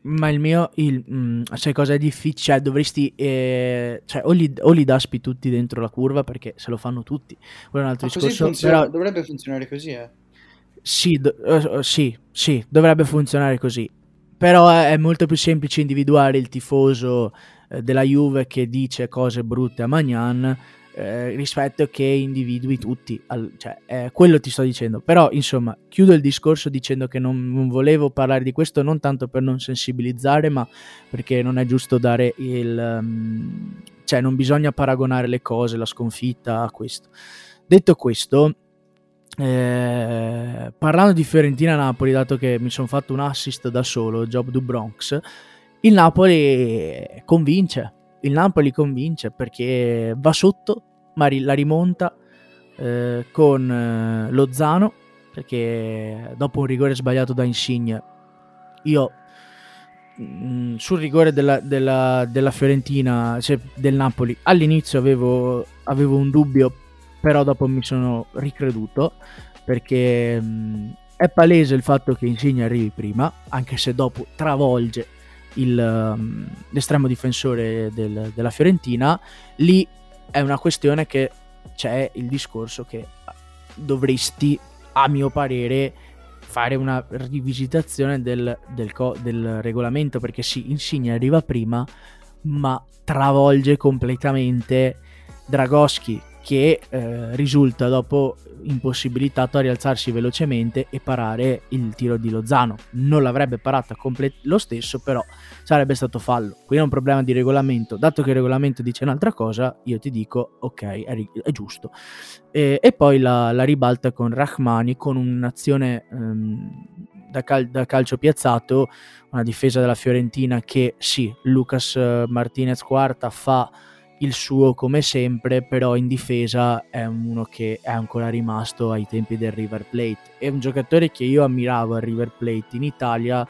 Ma il mio, il, mm, sai cosa è difficile? Cioè, dovresti, eh, cioè, o li, o li daspi tutti dentro la curva, perché se lo fanno tutti, quello è un altro
Ma così
discorso,
funziona,
però
dovrebbe funzionare così, eh.
sì, do- eh, sì, sì, dovrebbe funzionare così. Però è, è molto più semplice individuare il tifoso eh, della Juve che dice cose brutte a Magnan eh, rispetto che individui tutti. Al- cioè, eh, quello ti sto dicendo. Però, insomma, chiudo il discorso dicendo che non, non volevo parlare di questo non tanto per non sensibilizzare, ma perché non è giusto dare il... um, cioè, non bisogna paragonare le cose, la sconfitta a questo. Detto questo... Eh, parlando di Fiorentina-Napoli, dato che mi sono fatto un assist da solo, Job du Bronx, il Napoli convince, il Napoli convince perché va sotto, ma ri- la rimonta eh, con eh, Lozano, perché dopo un rigore sbagliato da Insigne, io mh, sul rigore della, della, della Fiorentina, cioè del Napoli, all'inizio avevo, avevo un dubbio, però dopo mi sono ricreduto perché mh, è palese il fatto che Insigne arrivi prima, anche se dopo travolge il, um, l'estremo difensore del, della Fiorentina. Lì è una questione che c'è il discorso che dovresti, a mio parere, fare una rivisitazione del, del, co- del regolamento, perché sì, Insigne arriva prima, ma travolge completamente Dragoschi, che eh, risulta dopo impossibilitato a rialzarsi velocemente e parare il tiro di Lozano. Non l'avrebbe parata complet- lo stesso, però sarebbe stato fallo. Qui è un problema di regolamento. Dato che il regolamento dice un'altra cosa, io ti dico ok, è, ri- è giusto. E, e poi la, la ribalta con Rahmani, con un'azione ehm, da, cal- da calcio piazzato, una difesa della Fiorentina che sì, Lucas Martinez Quarta fa il suo come sempre, però in difesa è uno che è ancora rimasto ai tempi del River Plate. È un giocatore che io ammiravo al River Plate in Italia,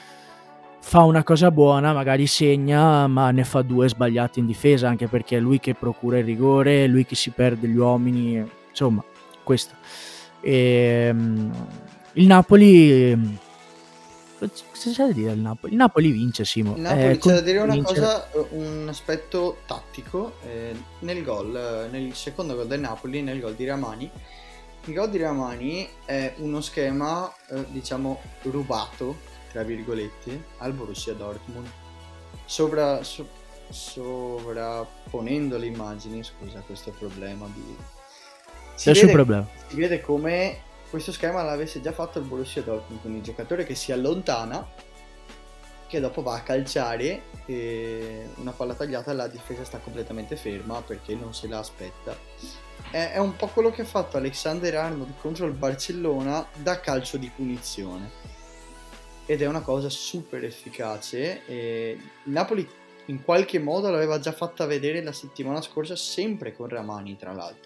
fa una cosa buona, magari segna, ma ne fa due sbagliate in difesa, anche perché è lui che procura il rigore, è lui che si perde gli uomini, insomma, questo. E, il Napoli... Cosa c'è da dire al Napoli? Il Napoli vince, Simo.
Il Napoli
Eh,
c'è da dire una
vincere.
cosa, un aspetto tattico eh, nel gol, nel secondo gol del Napoli, nel gol di Ramani. Il gol di Ramani è uno schema, eh, diciamo, rubato, tra virgolette, al Borussia Dortmund, Sovra, so, sovrapponendo le immagini. Scusa, questo è il problema di... Si
Nessun
vede,
problema.
si vede come questo schema l'avesse già fatto il Borussia Dortmund, quindi il giocatore che si allontana, che dopo va a calciare e una palla tagliata, la difesa sta completamente ferma perché non se la aspetta. È, è un po' quello che ha fatto Alexander Arnold contro il Barcellona da calcio di punizione, ed è una cosa super efficace. E il Napoli in qualche modo l'aveva già fatta vedere la settimana scorsa, sempre con Ramani tra l'altro,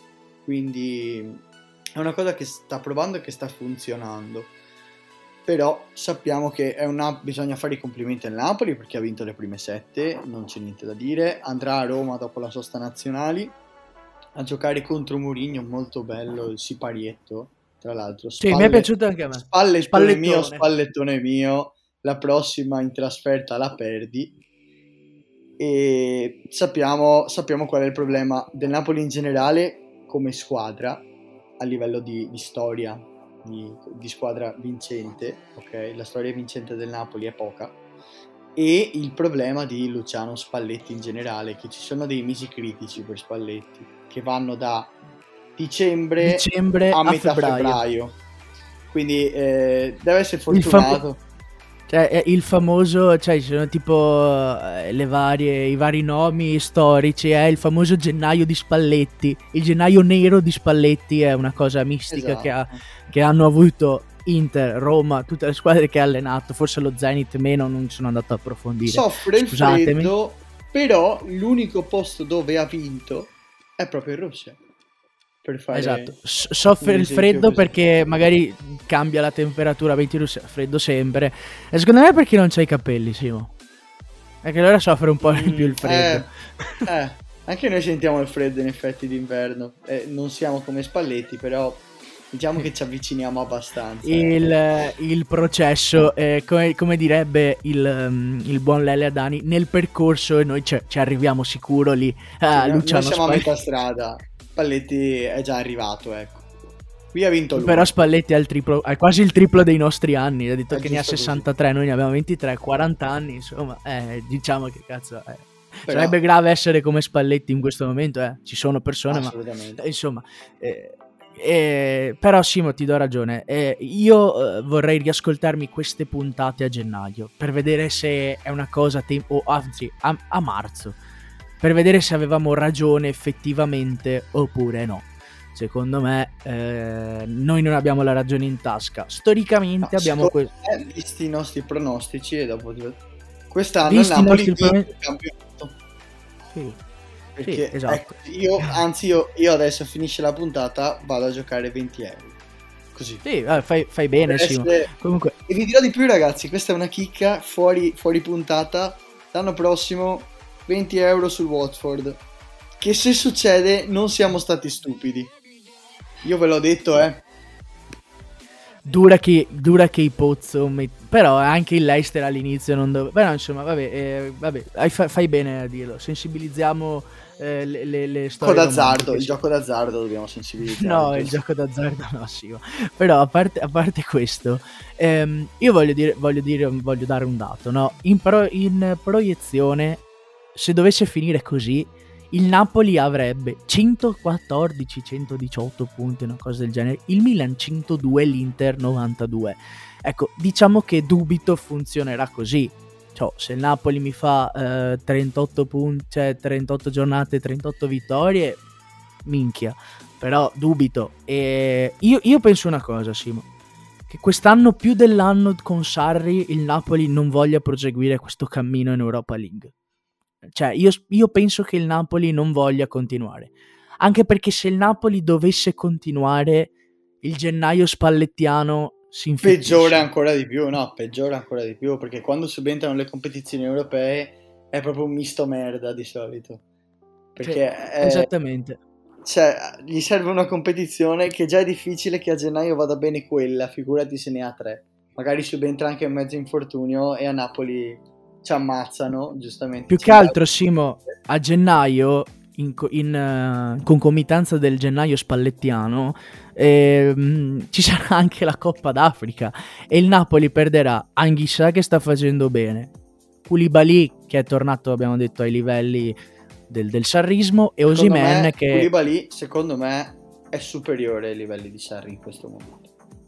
quindi è una cosa che sta provando e che sta funzionando. Però sappiamo che è una... bisogna fare i complimenti al Napoli perché ha vinto le prime sette, non c'è niente da dire. Andrà a Roma dopo la sosta nazionali a giocare contro Mourinho, molto bello il siparietto, tra l'altro.
Sì, mi è piaciuto anche a me.
Spallettone,
Spallettone
mio, spallettone mio, la prossima in trasferta la perdi. E sappiamo, sappiamo qual è il problema del Napoli in generale come squadra, a livello di, di storia, di, di squadra vincente, ok? La storia vincente del Napoli è poca, e il problema di Luciano Spalletti in generale, che ci sono dei mesi critici per Spalletti che vanno da dicembre,
dicembre
a
a
metà
febbraio.
febbraio, quindi eh, deve essere fortunato.
Cioè, il famoso, cioè, ci sono tipo eh, le varie, i vari nomi storici, è eh, il famoso gennaio di Spalletti, il gennaio nero di Spalletti è una cosa mistica, esatto, che, ha, che hanno avuto Inter, Roma, tutte le squadre che ha allenato, forse lo Zenit meno, non sono andato a approfondire.
Soffre il
Scusatemi.
freddo, però l'unico posto dove ha vinto è proprio in Russia. Per fare
esatto, soffre il freddo così, perché magari cambia la temperatura, venti freddo sempre, e secondo me perché non c'hai i capelli, Simo, è che allora soffre un po' di mm, più il freddo.
eh, eh, anche noi sentiamo il freddo in effetti d'inverno, eh, non siamo come Spalletti, però Diciamo che ci avviciniamo abbastanza.
Il, il processo, eh, come, come direbbe il, um, il buon Lele Adani, nel percorso, e noi ci, ci arriviamo sicuro lì. Ah,
Cioè,
Luciano
noi siamo
Spalletti.
a metà strada. Spalletti è già arrivato, ecco. Qui ha vinto lui.
Però Spalletti ha, il triplo, ha quasi il triplo dei nostri anni. Ha detto
È
che ne ha
giusto così.
sessantatré, noi ne abbiamo ventitré, quaranta anni. Insomma, eh, diciamo che cazzo è.
Però-
Sarebbe grave essere come Spalletti in questo momento, eh. Ci sono persone, ma
Assolutamente.
eh, insomma. Eh, eh, però Simo, ti do ragione. Eh, io eh, vorrei riascoltarmi queste puntate a gennaio per vedere se è una cosa, te- o anzi a, a marzo, per vedere se avevamo ragione effettivamente oppure no. Secondo me eh, noi non abbiamo la ragione in tasca. Storicamente
No,
abbiamo
secondo
questo.
me, visti i nostri pronostici e dopo ti- quest'anno
Visti
il
i
Napoli
nostri
vince il campionato.
Sì.
Perché
Sì, esatto.
ecco, io, anzi io, io adesso finisce la puntata, vado a giocare venti euro. Così.
Sì, eh, fai, fai bene,
Per
Simo.
essere-
Comunque,
E vi dirò di più, ragazzi, questa è una chicca fuori, fuori puntata. L'anno prossimo venti euro sul Watford. Che se succede non siamo stati stupidi. Io ve l'ho detto, eh.
dura che, dura che i Pozzo, met- però anche il Leicester all'inizio non dove. Però insomma, vabbè, eh, vabbè hai- fa- fai bene a dirlo. Sensibilizziamo eh, le, le, le
Gioco
storie
d'azzardo,
romantiche,
il
sì.
gioco d'azzardo dobbiamo sensibilizzare.
No, il
giusto?
gioco d'azzardo no, Simo. Però a parte, a parte questo, ehm, io voglio dire, voglio dire, voglio dare un dato, no? In, pro- in proiezione, se dovesse finire così, il Napoli avrebbe centoquattordici centodiciotto punti, una cosa del genere, il Milan centodue, l'Inter novantadue. Ecco, diciamo che dubito funzionerà così. Cioè, se il Napoli mi fa eh, trentotto punti, cioè trentotto giornate, trentotto vittorie, minchia. Però dubito. E io, io penso una cosa, Simo, che quest'anno più dell'anno con Sarri il Napoli non voglia proseguire questo cammino in Europa League. Cioè, io, io penso che il Napoli non voglia continuare. Anche perché se il Napoli dovesse continuare, il gennaio spallettiano si infittisce.
Peggiora ancora di più, no, peggiora ancora di più, perché quando subentrano le competizioni europee è proprio un misto merda di solito. Perché
Cioè,
è-
esattamente.
cioè, gli serve una competizione che già è difficile che a gennaio vada bene quella, figurati se ne ha tre. Magari subentra anche un mezzo infortunio e a Napoli ci ammazzano, giustamente.
Più
ci
che altro, Simo, a gennaio, in, co- in eh, concomitanza del gennaio spallettiano, ehm, ci sarà anche la Coppa d'Africa e il Napoli perderà Anghissà che sta facendo bene, Koulibaly che è tornato, abbiamo detto, ai livelli del, del sarrismo, e
Secondo
Osimhen
me,
che...
Koulibaly, secondo me, è superiore ai livelli di Sarri in questo momento.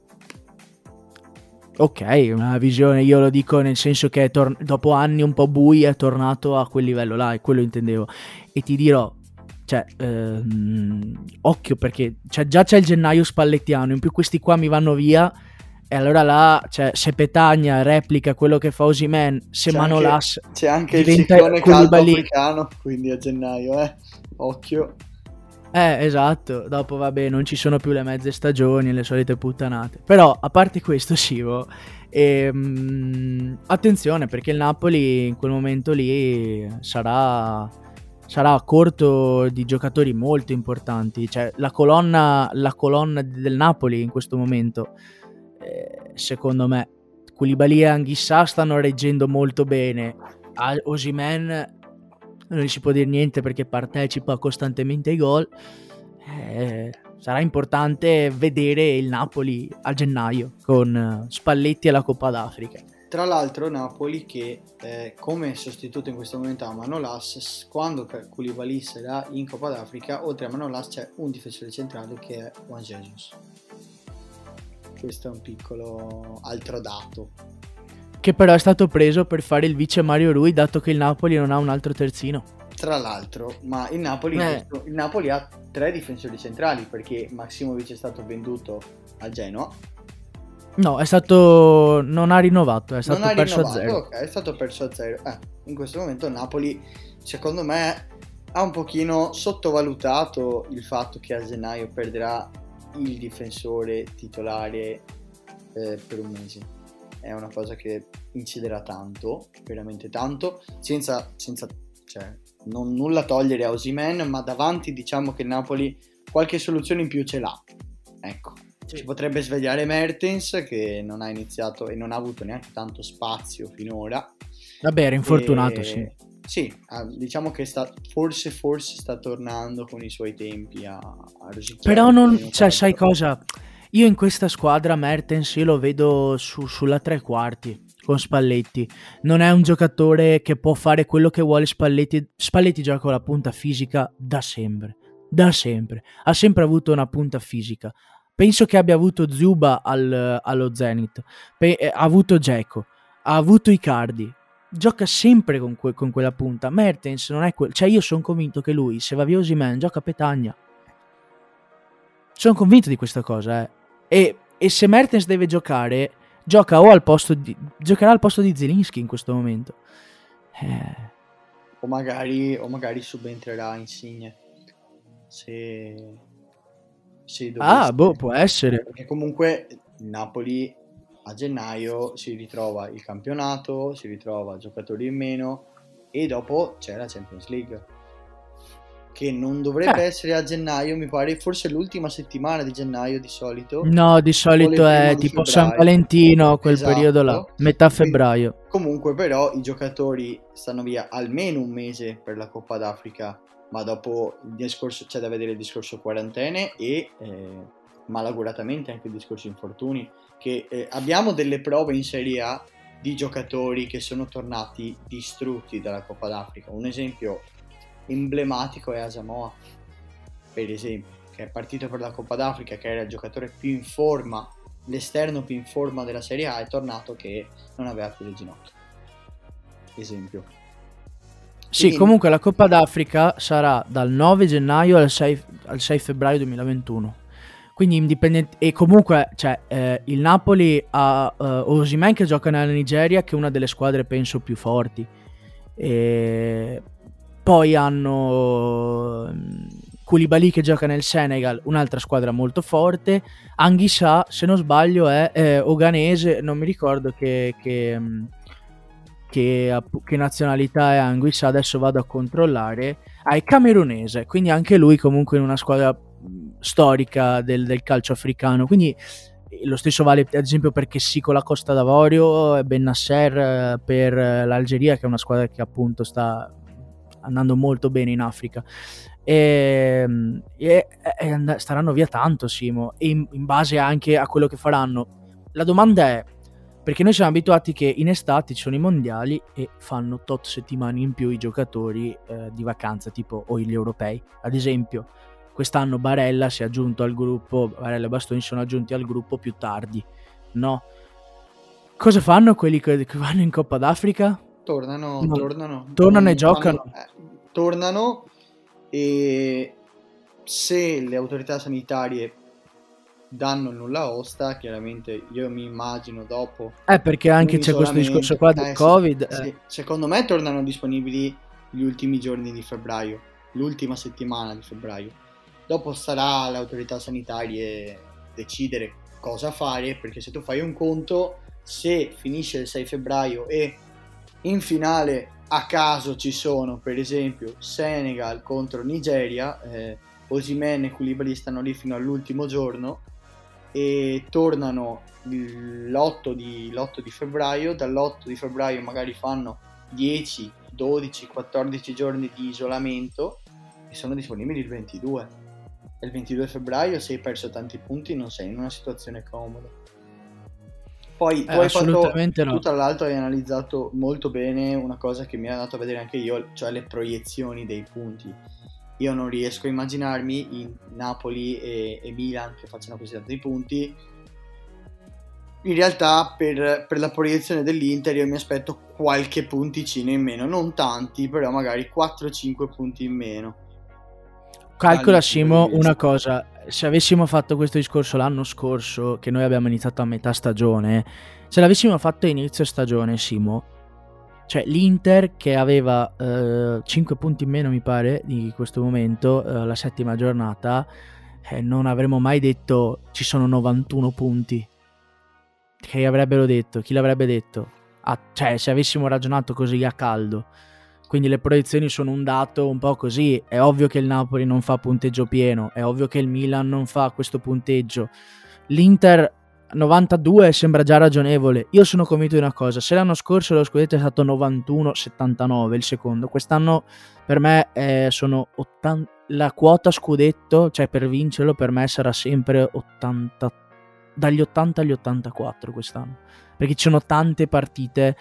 Ok, una visione, io lo dico nel senso che è tor- dopo anni un po' bui è tornato a quel livello là, e quello intendevo. E ti dirò, cioè, ehm, occhio perché cioè, già c'è il gennaio spallettiano, in più questi qua mi vanno via, e allora là, cioè, se Petagna replica quello che fa Osimhen, se
C'è
Manolas
anche, c'è anche il
diventa
ciclone caldo
Koulibaly.
africano, quindi a gennaio, eh. Occhio.
Eh, esatto, dopo vabbè non ci sono più le mezze stagioni, le solite puttanate. Però, a parte questo, Sivo, ehm, attenzione perché il Napoli in quel momento lì sarà, sarà a corto di giocatori molto importanti. Cioè, la colonna, la colonna del Napoli in questo momento, eh, secondo me, Koulibaly e Anghissà stanno reggendo molto bene. A Osimhen non gli si può dire niente perché partecipa costantemente ai gol. Eh, sarà importante vedere il Napoli a gennaio con eh, Spalletti alla Coppa d'Africa.
Tra l'altro Napoli che eh, come sostituto in questo momento a Manolas, s- quando Koulibaly sarà in Coppa d'Africa, oltre a Manolas c'è un difensore centrale che è Juan Jesus. Questo è un piccolo altro dato.
Che però è stato preso per fare il vice Mario Rui, dato che il Napoli non ha un altro terzino.
Tra l'altro, ma il Napoli, in
Eh.
questo- il Napoli ha tre difensori centrali perché Maximovic è stato venduto a Genoa.
No, è stato... non ha rinnovato, è stato
Non ha
perso a
rinnovato,
zero.
ok, è stato perso a zero. Eh, in questo momento il Napoli, secondo me, ha un pochino sottovalutato il fatto che a gennaio perderà il difensore titolare eh, per un mese. È una cosa che inciderà tanto, veramente tanto, senza, senza cioè, non nulla togliere a Osimhen, ma davanti diciamo che il Napoli qualche soluzione in più ce l'ha. Ecco. Sì. Si potrebbe svegliare Mertens, che non ha iniziato e non ha avuto neanche tanto spazio finora.
Vabbè, era infortunato, e... sì.
Sì, diciamo che sta, forse forse sta tornando con i suoi tempi a, a rosicchiare.
Però non, cioè, sai cosa? Io in questa squadra Mertens io lo vedo su, sulla tre quarti con Spalletti. Non è un giocatore che può fare quello che vuole Spalletti. Spalletti gioca con la punta fisica da sempre, da sempre. Ha sempre avuto una punta fisica. Penso che abbia avuto Zuba al, allo Zenit, Pe- ha avuto Dzeko, ha avuto Icardi. Gioca sempre con, que- con quella punta. Mertens non è quel... Cioè io sono convinto che lui, se va via Osimhen, gioca a Petagna. Sono convinto di questa cosa, eh. E, e se Mertens deve giocare, gioca o al posto di... giocherà al posto di Zielinski in questo momento. Eh.
O magari, o magari subentrerà Insigne. Se... se dovesse...
Ah, boh, può essere.
Perché comunque il Napoli... a gennaio si ritrova il campionato, si ritrova giocatori in meno e dopo c'è la Champions League, che non dovrebbe eh. essere a gennaio, mi pare, forse l'ultima settimana di gennaio di solito.
No, di solito è tipo San Valentino, quel esatto. periodo là, metà febbraio.
Quindi, comunque però i giocatori stanno via almeno un mese per la Coppa d'Africa, ma dopo il discorso c'è da vedere il discorso quarantene e eh, malauguratamente anche il discorso infortuni, che eh, abbiamo delle prove in Serie A di giocatori che sono tornati distrutti dalla Coppa d'Africa. Un esempio emblematico è Asamoah, per esempio, che è partito per la Coppa d'Africa, che era il giocatore più in forma, l'esterno più in forma della Serie A, è tornato che non aveva più le ginocchia. Esempio.
Sì, quindi... comunque la Coppa d'Africa sarà dal nove gennaio al sei, al sei febbraio duemilaventuno. Quindi indipendente, e comunque cioè, eh, il Napoli ha uh, Osimhen che gioca nella Nigeria, che è una delle squadre penso più forti, e poi hanno um, Koulibaly che gioca nel Senegal, un'altra squadra molto forte. Anguissa, se non sbaglio, è eh, oganese, non mi ricordo che, che, um, che, che nazionalità è Anguissa, adesso vado a controllare. Ah, è camerunese, quindi anche lui comunque in una squadra storica del, del calcio africano, quindi lo stesso vale ad esempio per Kessi con la Costa d'Avorio e Ben Nasser per l'Algeria, che è una squadra che appunto sta andando molto bene in Africa, e, e, e staranno via tanto, Simo, e in, in base anche a quello che faranno. La domanda è, perché noi siamo abituati che in estate ci sono i mondiali e fanno tot settimane in più i giocatori eh, di vacanza, tipo o gli europei, ad esempio quest'anno Barella si è aggiunto al gruppo, Barella e Bastoni sono aggiunti al gruppo più tardi, no? Cosa fanno quelli che vanno in Coppa d'Africa?
Tornano,
no.
tornano.
Tornano e giocano.
Eh, tornano e se le autorità sanitarie danno il nulla osta, chiaramente io mi immagino dopo...
Eh, perché anche c'è questo discorso qua del
eh,
Covid.
Sì,
eh.
sì. Secondo me tornano disponibili gli ultimi giorni di febbraio, l'ultima settimana di febbraio. Dopo sarà alle autorità sanitarie decidere cosa fare, perché se tu fai un conto, se finisce il sei febbraio e in finale a caso ci sono per esempio Senegal contro Nigeria, eh, Osimhen e Koulibaly stanno lì fino all'ultimo giorno e tornano l'otto di, l'otto di febbraio, dall'otto di febbraio magari fanno dieci, dodici, quattordici giorni di isolamento e sono disponibili il ventidue. Il ventidue febbraio, se hai perso tanti punti non sei in una situazione comoda. Poi tu,
eh,
hai fatto,
no.
tu tra l'altro hai analizzato molto bene una cosa che mi ha dato a vedere anche io, cioè le proiezioni dei punti. Io non riesco a immaginarmi in Napoli e, e Milan che facciano così tanti punti. In realtà per, per la proiezione dell'Inter io mi aspetto qualche punticino in meno, non tanti, però magari quattro cinque punti in meno.
Calcola, Simo, una cosa, se avessimo fatto questo discorso l'anno scorso, che noi abbiamo iniziato a metà stagione, se l'avessimo fatto a inizio stagione, Simo, cioè l'Inter che aveva eh, cinque punti in meno mi pare di questo momento, eh, la settima giornata, eh, non avremmo mai detto ci sono novantuno punti. Che avrebbero detto? Chi l'avrebbe detto? Ah, cioè, se avessimo ragionato così a caldo. Quindi le proiezioni sono un dato un po' così. È ovvio che il Napoli non fa punteggio pieno, è ovvio che il Milan non fa questo punteggio. l'Inter novantadue sembra già ragionevole. Io sono convinto di una cosa: se l'anno scorso lo scudetto è stato novantuno settantanove, il secondo, quest'anno per me eh, sono ottanta, la quota scudetto, cioè per vincerlo, per me sarà sempre ottanta, dagli ottanta agli ottantaquattro quest'anno, perché ci sono tante partite.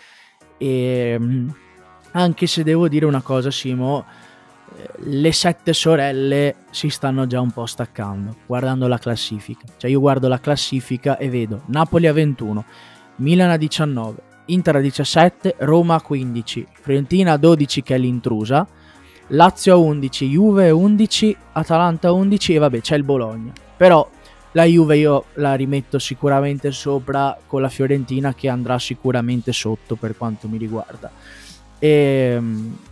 E anche se devo dire una cosa, Simo, le sette sorelle si stanno già un po' staccando guardando la classifica. Cioè io guardo la classifica e vedo Napoli a ventuno, Milan a diciannove, Inter a diciassette, Roma a quindici, Fiorentina a dodici che è l'intrusa, Lazio a undici, Juve a undici, Atalanta a undici e vabbè c'è il Bologna. Però la Juve io la rimetto sicuramente sopra, con la Fiorentina che andrà sicuramente sotto per quanto mi riguarda. E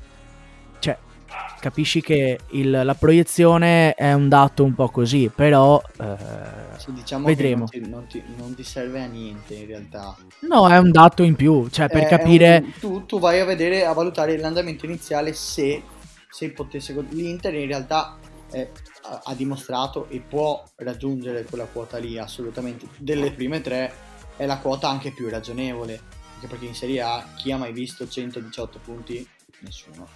cioè capisci che il, la proiezione è un dato un po' così, però eh,
sì, diciamo
vedremo.
Che non, ti, non, ti, non ti serve a niente in realtà.
No, è un dato in più, cioè per
è,
capire...
È un, tu, tu vai a vedere, a valutare l'andamento iniziale se, se potesse... L'Inter in realtà è, ha, ha dimostrato e può raggiungere quella quota lì assolutamente. Delle prime tre è la quota anche più ragionevole, anche perché in Serie A chi ha mai visto centodiciotto punti? Nessuno.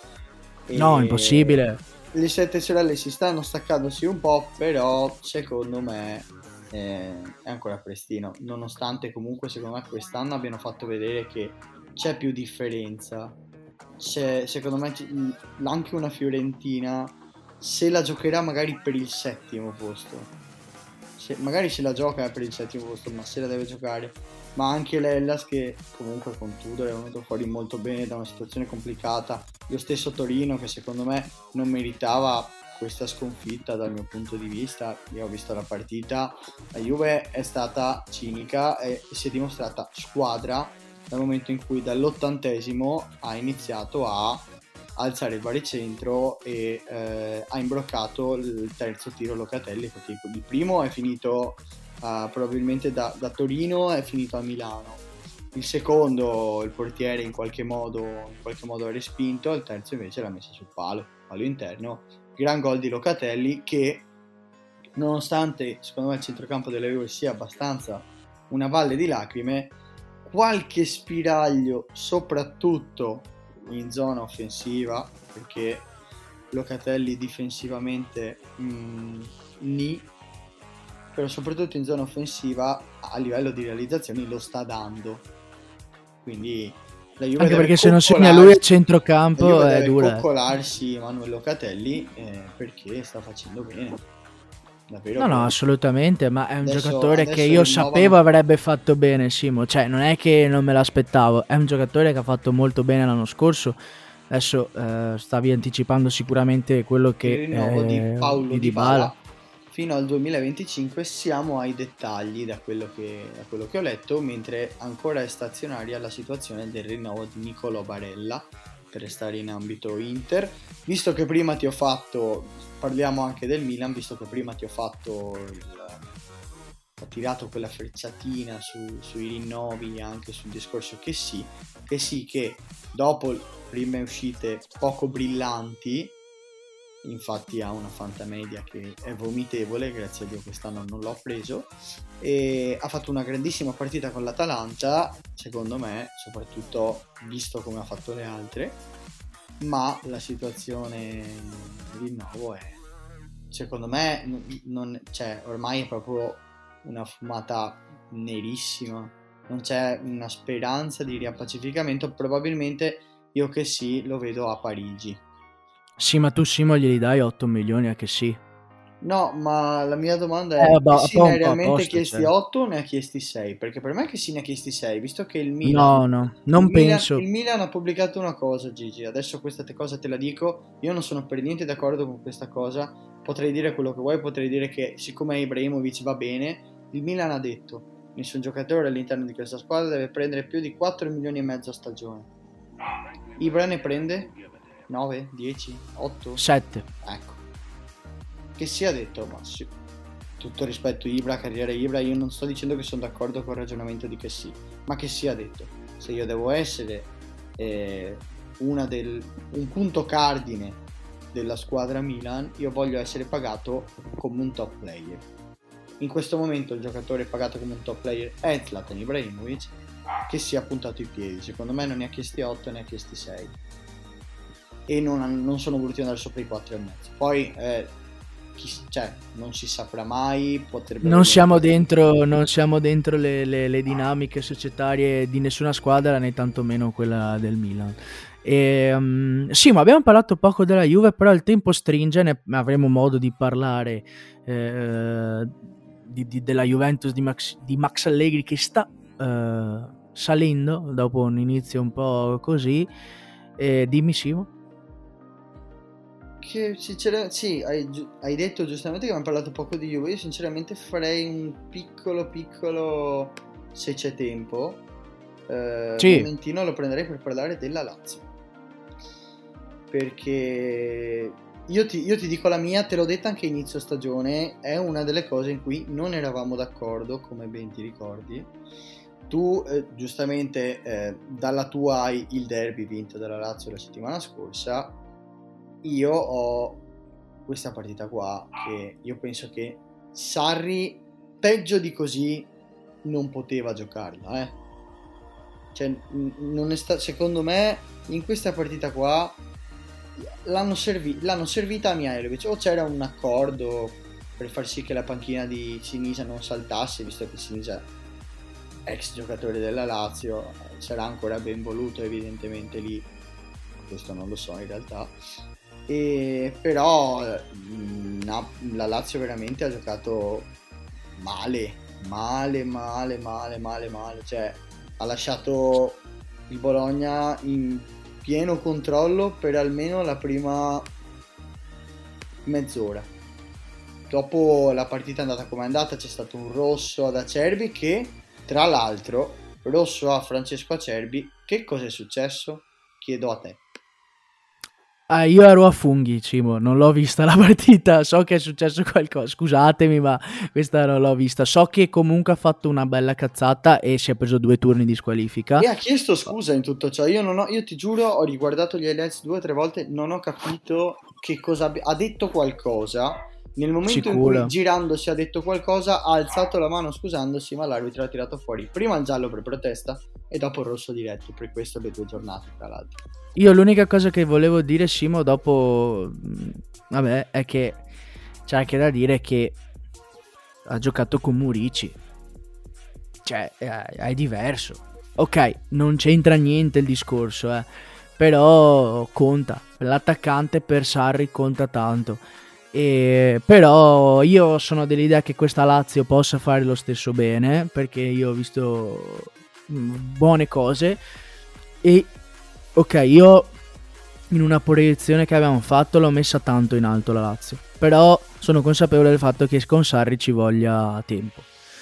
E
no, impossibile.
Le sette sorelle si stanno staccandosi un po', però secondo me è, è ancora prestino, nonostante comunque secondo me quest'anno abbiano fatto vedere che c'è più differenza. C'è, secondo me anche una Fiorentina, se la giocherà magari per il settimo posto, se, magari se la gioca per il settimo posto, ma se la deve giocare, ma anche l'Hellas che comunque con Tudor è venuto fuori molto bene da una situazione complicata, lo stesso Torino che secondo me non meritava questa sconfitta dal mio punto di vista. Io ho visto la partita, la Juve è stata cinica e si è dimostrata squadra dal momento in cui dall'ottantesimo ha iniziato a alzare il baricentro e eh, ha imbroccato il terzo tiro Locatelli, perché il primo è finito uh, probabilmente da, da Torino, è finito a Milano, il secondo il portiere in qualche modo in qualche modo ha respinto, il terzo invece l'ha messo sul palo, palo interno, gran gol di Locatelli che nonostante secondo me il centrocampo della Juve sia abbastanza una valle di lacrime, qualche spiraglio soprattutto in zona offensiva, perché Locatelli difensivamente mh, ni, però soprattutto in zona offensiva a livello di realizzazioni lo sta dando, quindi la Juve
anche
deve
perché se non segna lui a centrocampo
è
dura,
deve coccolarsi Manuel Locatelli eh, perché sta facendo bene davvero.
No, no, assolutamente, ma è un
adesso,
giocatore
adesso
che io
rinnovano...
sapevo avrebbe fatto bene, Simo, cioè non è che non me l'aspettavo, è un giocatore che ha fatto molto bene l'anno scorso, adesso eh, stavi anticipando sicuramente quello che...
Il rinnovo
eh,
di Paulo
di
Dybala fino al duemilaventicinque, siamo ai dettagli da quello, che, da quello che ho letto, mentre ancora è stazionaria la situazione del rinnovo di Nicolò Barella, per restare in ambito Inter. Visto che prima ti ho fatto, parliamo anche del Milan, visto che prima ti ho fatto il, ho tirato quella frecciatina su, sui rinnovi, anche sul discorso che sì, che sì che dopo prime uscite poco brillanti, infatti ha una fantamedia che è vomitevole, grazie a Dio quest'anno non l'ho preso, e ha fatto una grandissima partita con l'Atalanta, secondo me, soprattutto visto come ha fatto le altre, ma la situazione di nuovo è, secondo me, non, non, cioè, ormai è proprio una fumata nerissima, non c'è una speranza di riappacificamento, probabilmente io che sì lo vedo a Parigi.
Sì, ma tu Simo glieli dai otto milioni a che sì?
No, ma la mia domanda è:
eh, bah,
che si ne ha realmente
posto,
chiesti
cioè.
otto o ne ha chiesti sei? Perché per me che si ne ha chiesti sei, visto che il Milan,
No, no, non
il Milan,
penso.
il Milan ha pubblicato una cosa, Gigi, adesso questa te cosa te la dico, io non sono per niente d'accordo con questa cosa, potrei dire quello che vuoi, potrei dire che siccome Ibrahimovic va bene, il Milan ha detto nessun giocatore all'interno di questa squadra deve prendere più di quattro milioni e mezzo a stagione. Ibra ne prende nove, dieci, otto?
sette.
Ecco. Che sia detto, ma sì, tutto rispetto Ibra, carriera Ibra, io non sto dicendo che sono d'accordo con il ragionamento di che sì, ma che sia detto, se io devo essere eh, una del, un punto cardine della squadra Milan, io voglio essere pagato come un top player. in questo momento il giocatore pagato come un top player è Zlatan Ibrahimovic, che si è puntato i piedi. Secondo me non ne ha chiesti otto, ne ha chiesti sei, e non, non sono voluti andare sopra i quattro e mezzo. Poi eh, chi, cioè, non si saprà mai, potrebbe
non siamo dentro, non siamo dentro le, le, le dinamiche societarie di nessuna squadra, né tantomeno quella del Milan. E, um, sì, ma abbiamo parlato poco della Juve, però il tempo stringe, ne avremo modo di parlare eh, di, di, della Juventus di Max, di Max Allegri, che sta eh, salendo dopo un inizio un po' così. E dimmi, Simo.
Che sinceramente, sì, hai, hai detto giustamente che abbiamo parlato poco di Juve. Io sinceramente farei un piccolo piccolo, se c'è tempo, eh, sì. un momentino lo prenderei per parlare della Lazio, perché io ti, io ti dico la mia, te l'ho detta anche inizio stagione, è una delle cose in cui non eravamo d'accordo, come ben ti ricordi. Tu eh, giustamente eh, dalla tua hai il derby vinto dalla Lazio la settimana scorsa. Io ho questa partita qua che io penso che Sarri peggio di così non poteva giocarla, eh. Cioè, non è sta- secondo me in questa partita qua l'hanno, servi- l'hanno servita a Mihajlovic, o c'era un accordo per far sì che la panchina di Sinisa non saltasse, visto che Sinisa, ex giocatore della Lazio, sarà ancora ben voluto evidentemente lì, questo non lo so in realtà. E però mh, la Lazio veramente ha giocato male, male, male, male, male, male, cioè ha lasciato il Bologna in pieno controllo per almeno la prima mezz'ora. Dopo la partita è andata come è andata, c'è stato un rosso ad Acerbi che, tra l'altro, rosso a Francesco Acerbi. Che cosa è successo? Chiedo a te.
Ah, io ero a funghi, Cimo, non l'ho vista la partita, so che è successo qualcosa, scusatemi, ma questa non l'ho vista. So che comunque ha fatto una bella cazzata e si è preso due turni di squalifica.
E ha chiesto scusa in tutto ciò. Io non ho, io ti giuro, ho riguardato gli highlights due o tre volte, non ho capito che cosa abbia, ha detto qualcosa. Nel momento Sicuro. in cui girandosi ha detto qualcosa, ha alzato la mano scusandosi, ma l'arbitro ha tirato fuori prima il giallo per protesta e dopo il rosso diretto, per questo le due giornate tra l'altro.
Io l'unica cosa che volevo dire, Simo, dopo vabbè, è che c'è anche da dire che ha giocato con Murici, cioè è, è diverso. Ok, non c'entra niente il discorso, eh, però conta, l'attaccante per Sarri conta tanto. E però io sono dell'idea che questa Lazio possa fare lo stesso bene, perché io ho visto buone cose. E ok, io in una proiezione che abbiamo fatto l'ho messa tanto in alto la Lazio, però sono consapevole del fatto che con Sarri ci voglia tempo,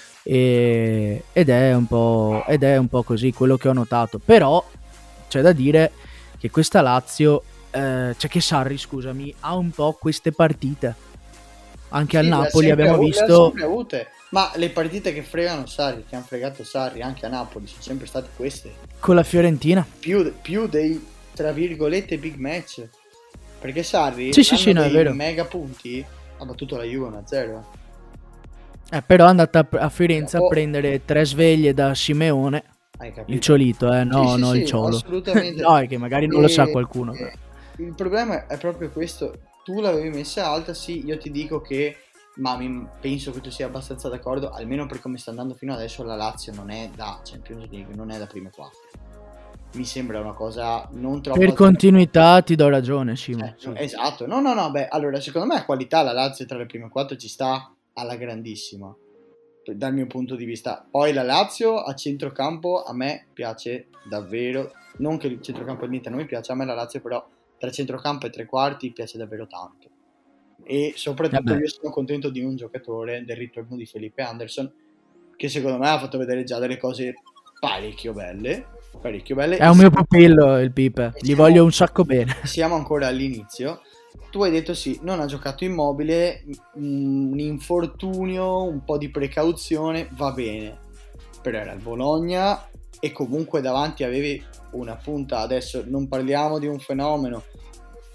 e, ed, è un po', ed è un po' così quello che ho notato. Però c'è da dire che questa Lazio Eh, cioè che Sarri, scusami, ha un po' queste partite. Anche sì, al Napoli abbiamo
avu-
visto.
Le ha sempre avute. Ma le partite che fregano Sarri, che hanno fregato Sarri anche a Napoli, sono sempre state queste.
Con la Fiorentina.
Più, più dei, tra virgolette, big match. Perché Sarri,
sì, sì, sì, no, è vero,
mega punti, ha battuto la Juve uno a zero.
Eh, però è andata a Firenze oh. a prendere tre sveglie da Simeone. Il ciolito, eh, no,
sì,
no,
sì,
il ciolo.
Assolutamente.
No, è che magari non e, lo sa qualcuno.
E, il problema è proprio questo. Tu l'avevi messa alta, sì, io ti dico che, ma mi, penso che tu sia abbastanza d'accordo, almeno per come sta andando fino adesso la Lazio non è da Champions League, non è da prime quattro. Mi sembra una cosa non troppo...
Per continuità ti do ragione, Simo.
Eh,
sì.
Esatto, no, no, no, beh, allora, secondo me a qualità la Lazio tra le prime quattro ci sta alla grandissima, dal mio punto di vista. Poi la Lazio a centrocampo a me piace davvero, non che il centrocampo dell'Inter non mi piace, a me la Lazio però tra centrocampo e tre quarti piace davvero tanto, e soprattutto eh io sono contento di un giocatore, del ritorno di Felipe Anderson, che secondo me ha fatto vedere già delle cose parecchio belle, parecchio belle.
È un mio pupillo il Pipe, gli siamo, voglio un sacco bene.
Siamo ancora all'inizio. Tu hai detto sì, non ha giocato Immobile, un infortunio, un po' di precauzione, va bene, però era il Bologna e comunque davanti avevi una punta. Adesso non parliamo di un fenomeno,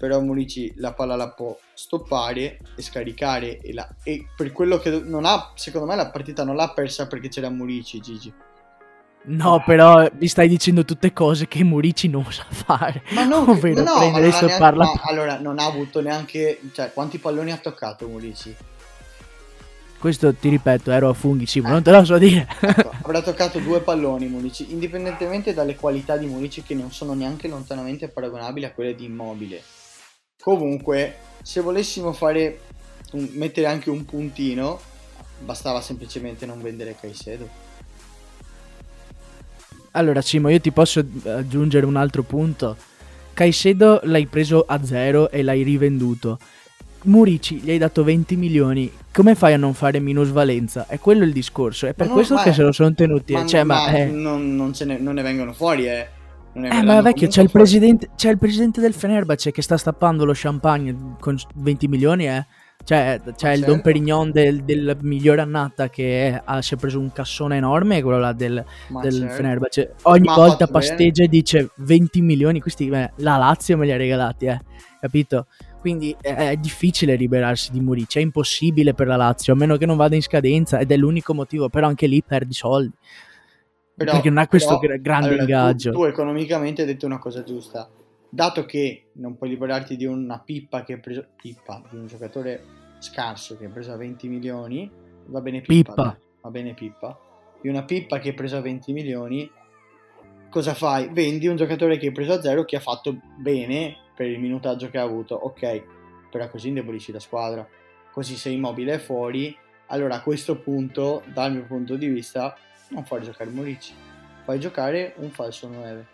però Murici la palla la può stoppare e scaricare e, la, e per quello che non ha, secondo me la partita non l'ha persa perché c'era Murici, Gigi.
No, ah. però mi stai dicendo tutte cose che Murici non sa fare.
Ma non,
ovvero
no,
prendere
ma
e stopparla.
Ma allora, non ha avuto neanche, cioè, quanti palloni ha toccato Murici?
Questo ti ripeto, ero a funghi, sì, ma eh. non te lo so dire.
Ecco, avrà toccato due palloni Murici, indipendentemente dalle qualità di Murici che non sono neanche lontanamente paragonabili a quelle di Immobile. Comunque, se volessimo fare un, mettere anche un puntino, bastava semplicemente non vendere Caicedo.
Allora, Cimo, io ti posso aggiungere un altro punto. Caicedo l'hai preso a zero e l'hai rivenduto. Murici gli hai dato venti milioni. Come fai a non fare minusvalenza? È quello il discorso. È per non, questo che è, se lo sono tenuti.
Ma,
cioè,
ma
ma è...
non, non, ce ne, non ne vengono fuori, eh. Non
eh, ma vecchio, c'è il, presidente, c'è il presidente del Fenerbahce che sta stappando lo champagne con venti milioni, eh. Cioè, c'è certo. il Don Perignon del, del migliore annata che ha, si è preso un cassone enorme, quello là del, del certo. Fenerbahce. Ogni ma volta pasteggia e dice venti milioni, questi beh, la Lazio me li ha regalati, eh. Capito? Quindi è, è difficile liberarsi di Murici, è impossibile per la Lazio, a meno che non vada in scadenza, ed è l'unico motivo, però anche lì perdi soldi. Però, perché non ha questo però, grande allora, ingaggio.
Tu, tu economicamente hai detto una cosa giusta. Dato che non puoi liberarti di una pippa che hai preso pippa, di un giocatore scarso che ha preso a venti milioni, va bene pippa,
pippa.
va bene pippa, di una pippa che hai preso a venti milioni, cosa fai? Vendi un giocatore che hai preso a zero che ha fatto bene per il minutaggio che ha avuto, ok, però così indebolisci la squadra. Così se Immobile è fuori, allora a questo punto, dal mio punto di vista, non fai giocare Murici, fai giocare un falso nove.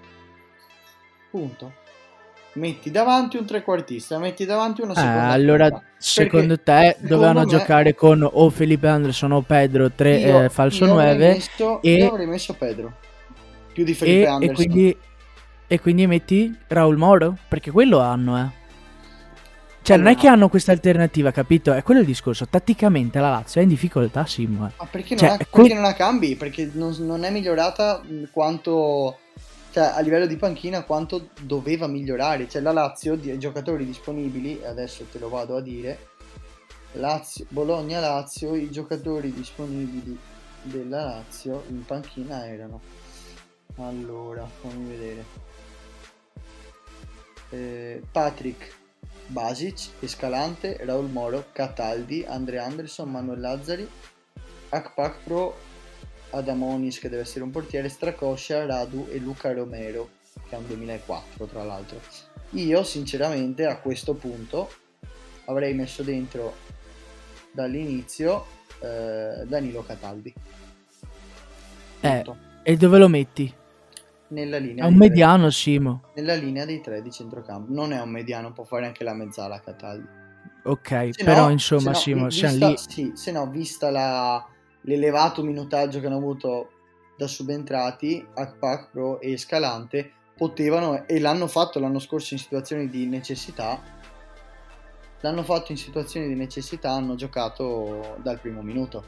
Punto. Metti davanti un trequartista, metti davanti una seconda.
Ah, allora, palla. Secondo Perché, te dovevano secondo giocare me, con o Felipe Anderson o Pedro, tre io, eh, falso
io
nove.
Messo,
e,
io avrei messo Pedro più di Felipe
e,
Anderson.
E quindi, e quindi metti Raul Moro? Perché quello hanno, eh. Cioè, allora, non è che hanno questa alternativa, capito? È quello il discorso. Tatticamente la Lazio è in difficoltà, Simo. Eh.
Ma perché,
cioè,
non, ha, perché que- non la cambi? Perché non, non è migliorata quanto... Cioè, a livello di panchina quanto doveva migliorare. Cioè, la Lazio, di giocatori disponibili, adesso te lo vado a dire, Lazio, Bologna-Lazio, i giocatori disponibili della Lazio in panchina erano, allora, fammi vedere, eh, Patrick, Basic, Escalante, Raul Moro, Cataldi, Andre Anderson, Manuel Lazzari, Akpakpro, Adamonis che deve essere un portiere, Stracoscia, Radu e Luca Romero che è un duemilaquattro tra l'altro. Io sinceramente a questo punto avrei messo dentro dall'inizio eh, Danilo Cataldi.
Eh, e dove lo metti?
Nella linea
è un mediano tre. Simo
nella linea dei tre di centrocampo. Non è un mediano, può fare anche la mezzala Cataldi.
Ok, se però no, insomma
se no,
Simo
vista,
lì...
sì, se no vista la l'elevato minutaggio che hanno avuto da subentrati, Akpak, Pro e Scalante potevano, e l'hanno fatto l'anno scorso in situazioni di necessità, l'hanno fatto in situazioni di necessità, hanno giocato dal primo minuto.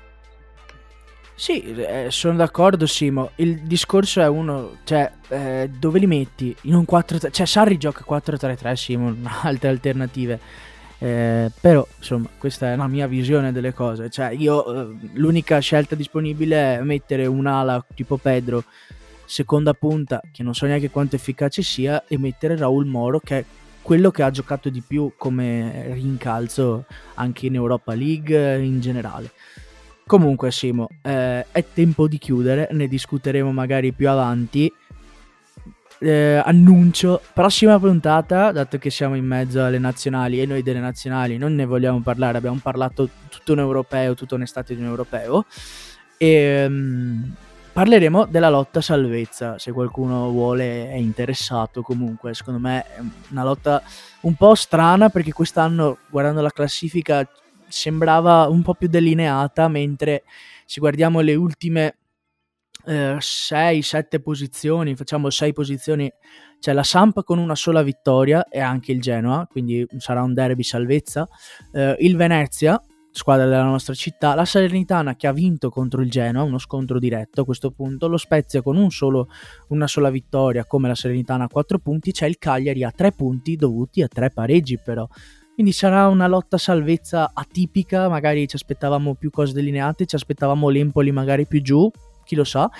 Sì, eh, sono d'accordo Simo, il discorso è uno, cioè eh, dove li metti? In un quattro tre, cioè Sarri gioca quattro tre tre Simo, non ha altre alternative. Eh, però insomma questa è la mia visione delle cose, cioè io eh, l'unica scelta disponibile è mettere un'ala tipo Pedro seconda punta che non so neanche quanto efficace sia e mettere Raul Moro che è quello che ha giocato di più come rincalzo anche in Europa League in generale. Comunque Simo, eh, è tempo di chiudere, ne discuteremo magari più avanti. Eh, annuncio prossima puntata, dato che siamo in mezzo alle nazionali e noi delle nazionali non ne vogliamo parlare, abbiamo parlato tutto un europeo, tutta un'estate di un europeo e um, parleremo della lotta salvezza, se qualcuno vuole, è interessato. Comunque secondo me è una lotta un po' strana perché quest'anno guardando la classifica sembrava un po' più delineata, mentre se guardiamo le ultime sei sette posizioni, facciamo sei posizioni, c'è la Samp con una sola vittoria e anche il Genoa, quindi sarà un derby salvezza, eh, il Venezia squadra della nostra città, la Salernitana che ha vinto contro il Genoa, uno scontro diretto a questo punto, lo Spezia con un solo, una sola vittoria come la Salernitana a quattro punti, c'è il Cagliari a tre punti dovuti a tre pareggi però. Quindi sarà una lotta salvezza atipica, magari ci aspettavamo più cose delineate, ci aspettavamo l'Empoli magari più giù, chi lo sa.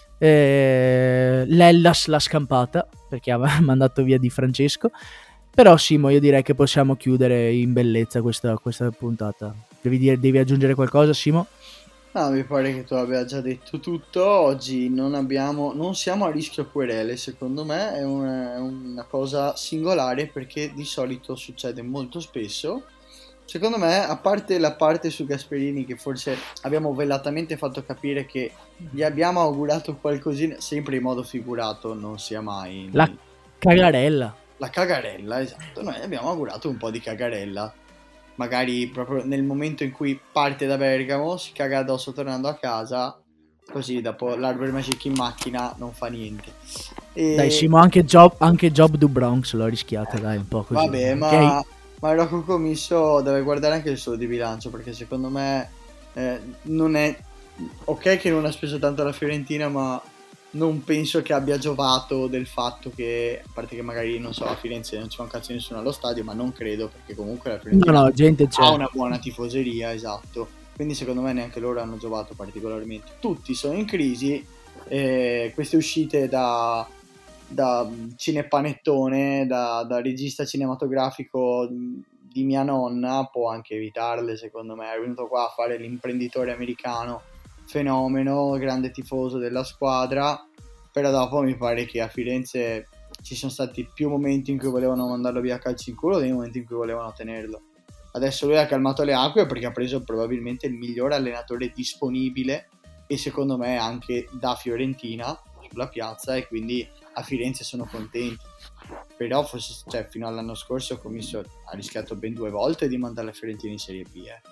Eh, L'Hellas l'ha scampata perché ha mandato via Di Francesco. Però Simo, io direi che possiamo chiudere in bellezza questa, questa puntata. Devi, dire, devi aggiungere qualcosa, Simo?
No, mi pare che tu abbia già detto tutto. Oggi non abbiamo, non siamo a rischio querele, secondo me è una, una cosa singolare perché di solito succede molto spesso. Secondo me, a parte la parte su Gasperini che forse abbiamo velatamente fatto capire che gli abbiamo augurato qualcosina, sempre in modo figurato, non sia mai...
La cagarella.
La cagarella, esatto. Noi abbiamo augurato un po' di cagarella. Magari proprio nel momento in cui parte da Bergamo, si caga addosso tornando a casa, così dopo l'Arbor Magic in macchina non fa niente. E...
Dai Simo, anche Job, anche Job du Bronx l'ho rischiata, dai, un po' così.
Vabbè, ma,
okay.
ma il Rocco Commisso deve guardare anche il suo di bilancio, perché secondo me eh, non è... Ok che non ha speso tanto la Fiorentina, ma non penso che abbia giovato del fatto che, a parte che magari, non so, a Firenze non c'è un cazzo di nessuno allo stadio, ma non credo, perché comunque la Fiorentina
no, no, gente c'è.
ha una buona tifoseria, esatto. Quindi secondo me neanche loro hanno giovato particolarmente. Tutti sono in crisi, eh, queste uscite da, da cinepanettone, da, da regista cinematografico di mia nonna, può anche evitarle, secondo me. È venuto qua a fare l'imprenditore americano, fenomeno, grande tifoso della squadra, però dopo mi pare che a Firenze ci sono stati più momenti in cui volevano mandarlo via a calci in culo dei momenti in cui volevano tenerlo. Adesso lui ha calmato le acque perché ha preso probabilmente il miglior allenatore disponibile e secondo me anche da Fiorentina sulla piazza, e quindi a Firenze sono contenti. Però forse, cioè, fino all'anno scorso Commisso ha rischiato ben due volte di mandare la Fiorentina in Serie B, eh.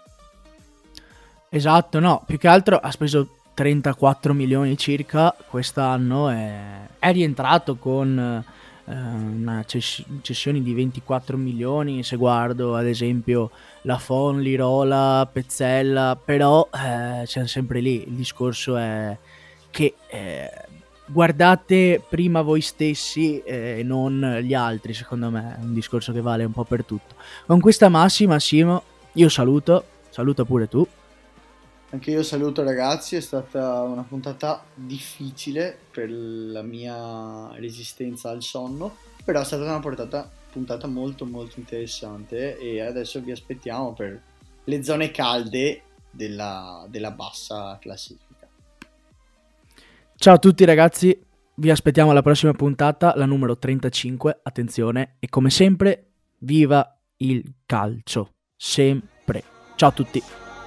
Esatto, no, più che altro ha speso trentaquattro milioni circa quest'anno e è rientrato con eh, una cess- cessione di ventiquattro milioni, se guardo ad esempio la Fon, Lirola, Pezzella, però eh, siamo sempre lì, il discorso è che eh, guardate prima voi stessi e eh, non gli altri, secondo me è un discorso che vale un po' per tutto. Con questa massima, Simo, io saluto, saluto pure tu.
Anche io saluto ragazzi, è stata una puntata difficile per la mia resistenza al sonno, però è stata una puntata, puntata molto molto interessante e adesso vi aspettiamo per le zone calde della, della bassa classifica.
Ciao a tutti ragazzi, vi aspettiamo alla prossima puntata, la numero trentacinque, attenzione, e come sempre, viva il calcio, sempre. Ciao a tutti.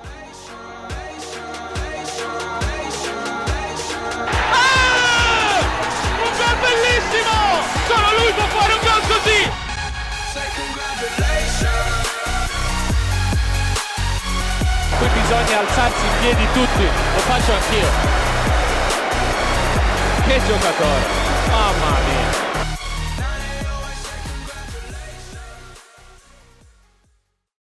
Qui bisogna alzarsi in piedi tutti, lo faccio anch'io. Che giocatore, mamma mia.